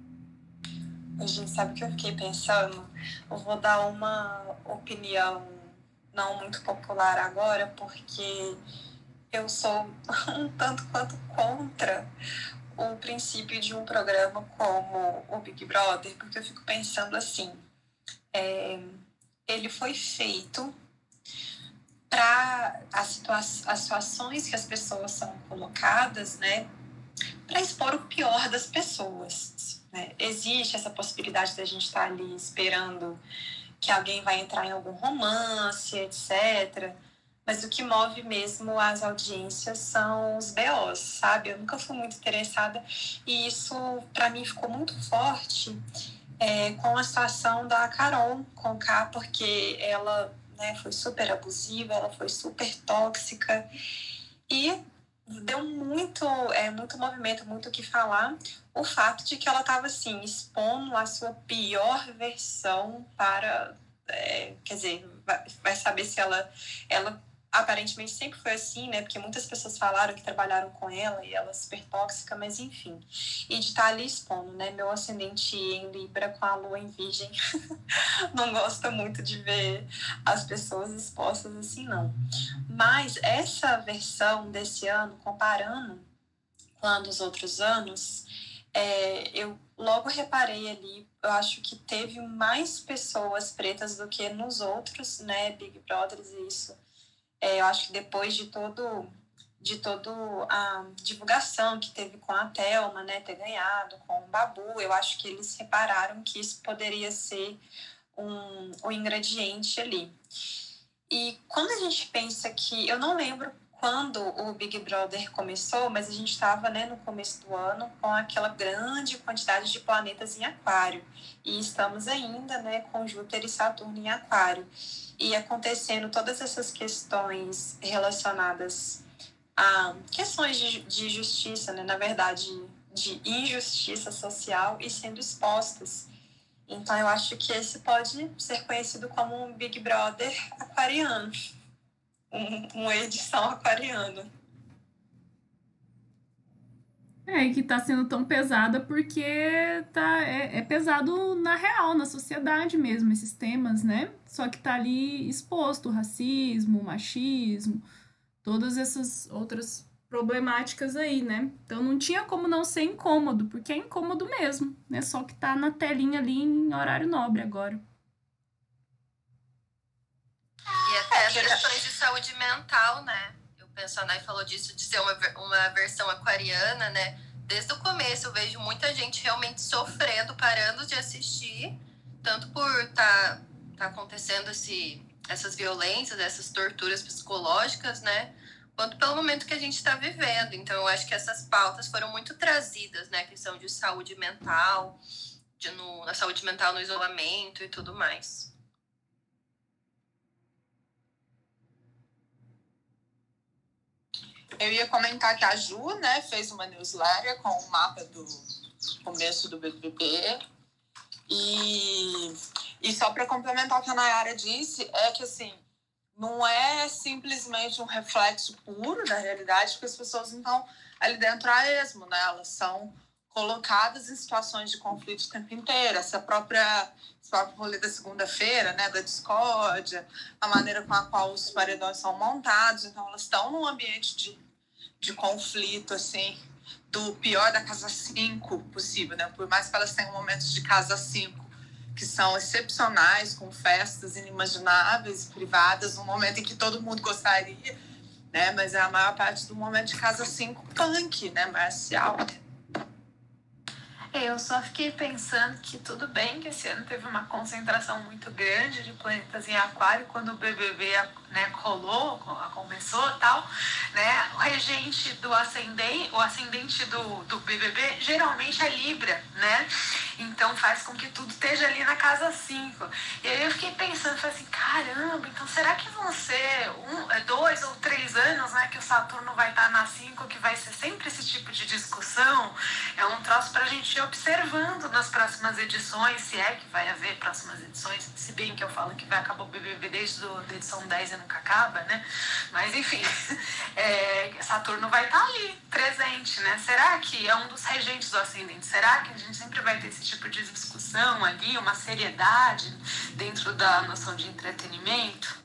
A gente sabe que eu fiquei pensando, eu vou dar uma opinião não muito popular agora, porque eu sou um tanto quanto contra o princípio de um programa como o Big Brother, porque eu fico pensando assim, é, ele foi feito para as, situa as situações que as pessoas são colocadas, né, para expor o pior das pessoas. Né? Existe essa possibilidade da gente estar ali esperando que alguém vai entrar em algum romance, etcétera. Mas o que move mesmo as audiências são os B Os, sabe? Eu nunca fui muito interessada e isso, para mim, ficou muito forte é, com a situação da Carol Conká, porque ela, né, foi super abusiva, ela foi super tóxica e deu muito, é, muito movimento, muito o que falar, o fato de que ela estava, assim, expondo a sua pior versão para, é, quer dizer, vai, vai saber se ela, ela aparentemente sempre foi assim, né, porque muitas pessoas falaram que trabalharam com ela e ela é super tóxica, mas enfim, e de estar ali expondo, né, meu ascendente em Libra com a lua em Virgem não gosta muito de ver as pessoas expostas assim, não. Mas essa versão desse ano, comparando com os outros anos, é, eu logo reparei ali, eu acho que teve mais pessoas pretas do que nos outros, né, Big Brothers, e isso, é, eu acho que depois de todo, de todo a divulgação que teve com a Thelma, né, ter ganhado, com o Babu, eu acho que eles repararam que isso poderia ser um, um ingrediente ali. E quando a gente pensa que, eu não lembro quando o Big Brother começou, mas a gente estava, né, no começo do ano com aquela grande quantidade de planetas em Aquário. E estamos ainda, né, com Júpiter e Saturno em Aquário. E acontecendo todas essas questões relacionadas a questões de, de justiça, né, na verdade, de injustiça social e sendo expostas. Então, eu acho que esse pode ser conhecido como um Big Brother aquariano. Um, uma edição aquariana. É, e que tá sendo tão pesada porque tá, é, é pesado na real, na sociedade mesmo, esses temas, né? Só que tá ali exposto o racismo, o machismo, todas essas outras problemáticas aí, né? Então não tinha como não ser incômodo, porque é incômodo mesmo, né? Só que tá na telinha ali em horário nobre agora. E até as questões de saúde mental, né? Eu penso, a Nay falou disso, de ser uma, uma versão aquariana, né? Desde o começo eu vejo muita gente realmente sofrendo, parando de assistir, tanto por tá, tá acontecendo esse, essas violências, essas torturas psicológicas, né? Quanto pelo momento que a gente está vivendo. Então, eu acho que essas pautas foram muito trazidas, né? A questão de saúde mental, de no, a saúde mental no isolamento e tudo mais. Eu ia comentar que a Ju, né, fez uma newsletter com o mapa do começo do B B B. E, e só para complementar o que a Nayara disse, é que, assim, não é simplesmente um reflexo puro da realidade, porque as pessoas não estão ali dentro a esmo, né? Elas são colocadas em situações de conflito o tempo inteiro. Essa própria, esse próprio rolê da segunda-feira, né, da discórdia, a maneira com a qual os paredões são montados. Então, elas estão num ambiente de, de conflito, assim, do pior da casa cinco possível, né? Por mais que elas tenham momentos de casa cinco que são excepcionais, com festas inimagináveis, privadas, num momento em que todo mundo gostaria, né? Mas é a maior parte do momento de casa cinco punk, né? Marcial. Eu só fiquei pensando que tudo bem que esse ano teve uma concentração muito grande de planetas em Aquário, quando o B B B, né, colou, começou e tal, né? O regente do ascendente, o ascendente do, do B B B geralmente é Libra, né? Então faz com que tudo esteja ali na casa cinco. E aí eu fiquei pensando, falei assim, caramba, então será que vão ser um, dois ou três anos, né, que o Saturno vai estar na cinco, que vai ser sempre esse tipo de discussão? é um troço pra gente ir observando nas próximas edições, se é que vai haver próximas edições, se bem que eu falo que vai acabar o B B B desde a edição dez e nunca acaba, né? Mas enfim, é, Saturno vai estar ali, presente, né? Será que é um dos regentes do ascendente? Será que a gente sempre vai ter esse tipo de discussão ali, uma seriedade dentro da noção de entretenimento?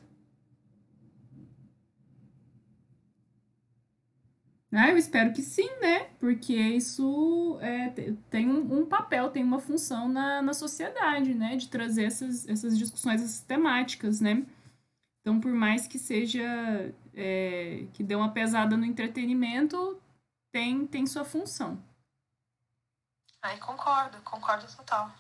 Ah, eu espero que sim, né? Porque isso é, tem um, um papel, tem uma função na, na sociedade, né? De trazer essas, essas discussões, essas temáticas, né? Então, por mais que seja, é, que dê uma pesada no entretenimento, tem, tem sua função. Ai, concordo, concordo total.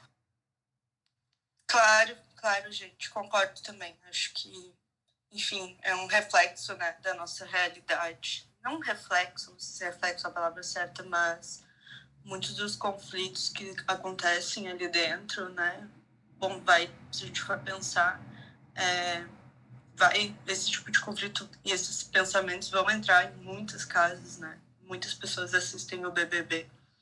Claro, claro, gente, concordo também. Acho que, enfim, é um reflexo, né, da nossa realidade. Não um reflexo, não sei se reflexo é a palavra certa, mas muitos dos conflitos que acontecem ali dentro, né, bom, vai, se a gente for pensar, é, vai, esse tipo de conflito e esses pensamentos vão entrar em muitas casas, né, muitas pessoas assistem o B B B.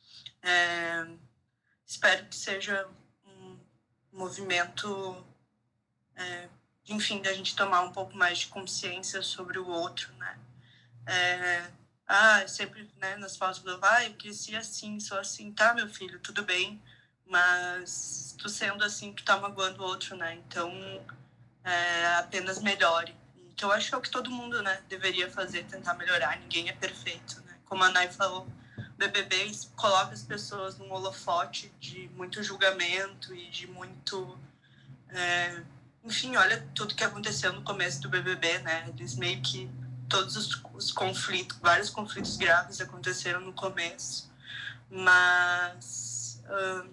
É, espero que seja um movimento, é, enfim, da gente tomar um pouco mais de consciência sobre o outro, né? É, ah, sempre, né, nas falas do ah, eu cresci assim, sou assim, tá, meu filho, tudo bem, mas tu sendo assim, tu tá magoando o outro, né? Então, é, apenas melhore. Então, acho que é o que todo mundo, né, deveria fazer, tentar melhorar. Ninguém é perfeito, né? Como a Nay falou, B B B coloca as pessoas num holofote de muito julgamento e de muito... É, enfim, olha tudo que aconteceu no começo do B B B, né? Eles meio que... Todos os, os conflitos, vários conflitos graves aconteceram no começo. Mas... Uh,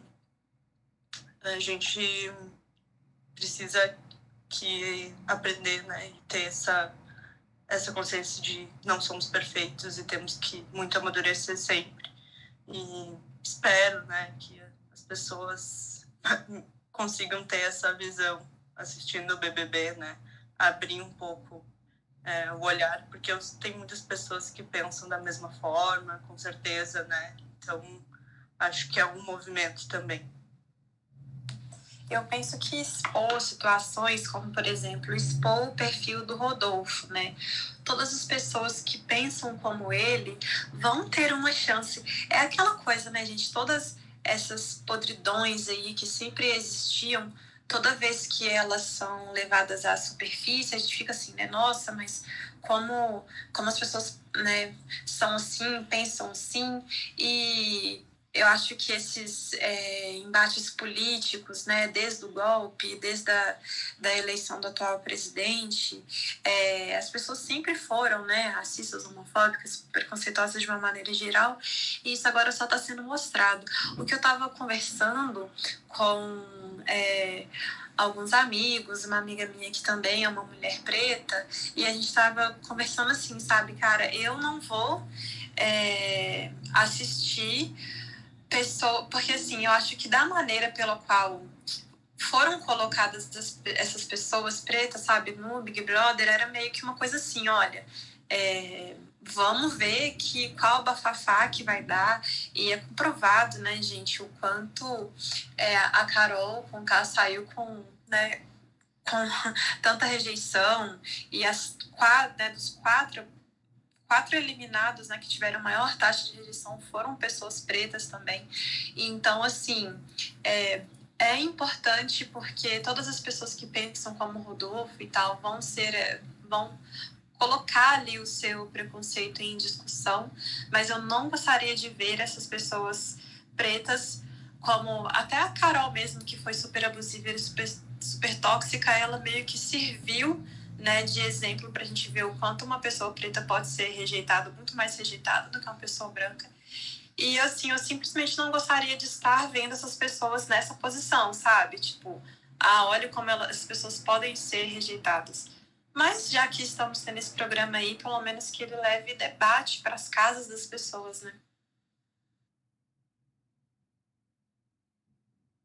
a gente precisa que aprender, né? E ter essa... essa consciência de não somos perfeitos e temos que muito amadurecer sempre. E espero, né, que as pessoas consigam ter essa visão assistindo o B B B, né, abrir um pouco é, o olhar, porque eu tenho muitas pessoas que pensam da mesma forma, com certeza, né, então acho que é um movimento também. Eu penso que expor situações como, por exemplo, expor o perfil do Rodolfo, né? Todas as pessoas que pensam como ele vão ter uma chance. É aquela coisa, né, gente? Todas essas podridões aí que sempre existiam, toda vez que elas são levadas à superfície, a gente fica assim, né? Nossa, mas como, como as pessoas, né, são assim, pensam assim, e... Eu acho que esses é, embates políticos, né, desde o golpe, desde a da eleição do atual presidente, é, as pessoas sempre foram, né, racistas, homofóbicas, preconceituosas de uma maneira geral, e isso agora só está sendo mostrado. O que eu estava conversando com é, alguns amigos, uma amiga minha que também é uma mulher preta, e a gente estava conversando assim, sabe, cara, eu não vou é, assistir pessoa, porque assim, eu acho que da maneira pela qual foram colocadas das, essas pessoas pretas, sabe, no Big Brother, era meio que uma coisa assim, olha, é, vamos ver que qual bafafá que vai dar, e é comprovado, né, gente, o quanto é, a Carol com K saiu com, né, com tanta rejeição, e as quatro, né, dos quatro quatro eliminados, né, que tiveram maior taxa de rejeição foram pessoas pretas também. E, então, assim, é, é importante porque todas as pessoas que pensam como Rodolfo e tal vão ser, vão colocar ali o seu preconceito em discussão, mas eu não gostaria de ver essas pessoas pretas como até a Carol mesmo, que foi super abusiva e super, super tóxica, ela meio que serviu, né, de exemplo para a gente ver o quanto uma pessoa preta pode ser rejeitada, muito mais rejeitada do que uma pessoa branca. E assim, eu simplesmente não gostaria de estar vendo essas pessoas nessa posição, sabe? Tipo, ah, olha como ela, as pessoas podem ser rejeitadas. Mas já que estamos tendo esse programa aí, pelo menos que ele leve debate para as casas das pessoas, né?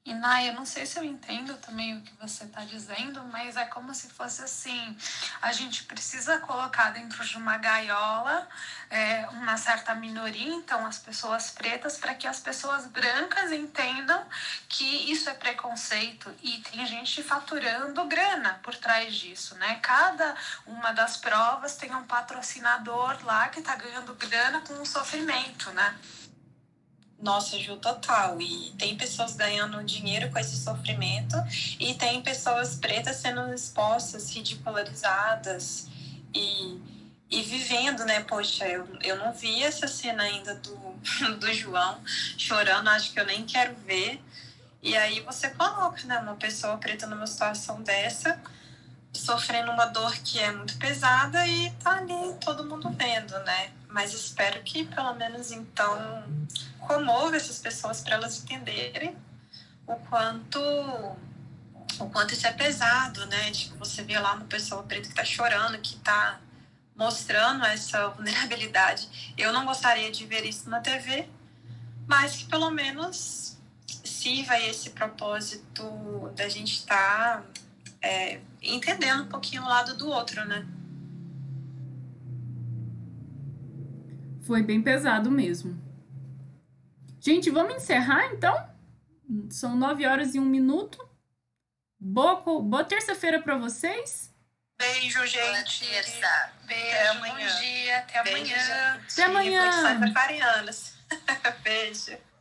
E, Nai, eu não sei se eu entendo também o que você está dizendo, mas é como se fosse assim, a gente precisa colocar dentro de uma gaiola é, uma certa minoria, então as pessoas pretas, para que as pessoas brancas entendam que isso é preconceito, e tem gente faturando grana por trás disso, né? Cada uma das provas tem um patrocinador lá que está ganhando grana com o sofrimento, né? Nossa, Ju, total. E tem pessoas ganhando dinheiro com esse sofrimento e tem pessoas pretas sendo expostas, ridicularizadas e, e vivendo, né? Poxa, eu, eu não vi essa cena ainda do, do João chorando, acho que eu nem quero ver. E aí você coloca, né, uma pessoa preta numa situação dessa, sofrendo uma dor que é muito pesada e tá ali todo mundo vendo, né? Mas espero que pelo menos então comove essas pessoas para elas entenderem o quanto o quanto isso é pesado, né? Tipo, você vê lá uma pessoa preta que tá chorando, que tá mostrando essa vulnerabilidade. Eu não gostaria de ver isso na T V, mas que pelo menos sirva esse propósito da gente estar tá, é, entendendo um pouquinho o lado do outro, né? Foi bem pesado mesmo. Gente, vamos encerrar então? São nove horas e um minuto. Boa, boa terça-feira para vocês. Beijo, gente. Boa terça. Beijo, bom dia. Até Beijo, amanhã. gente. Até amanhã. Depois sai pra Beijo.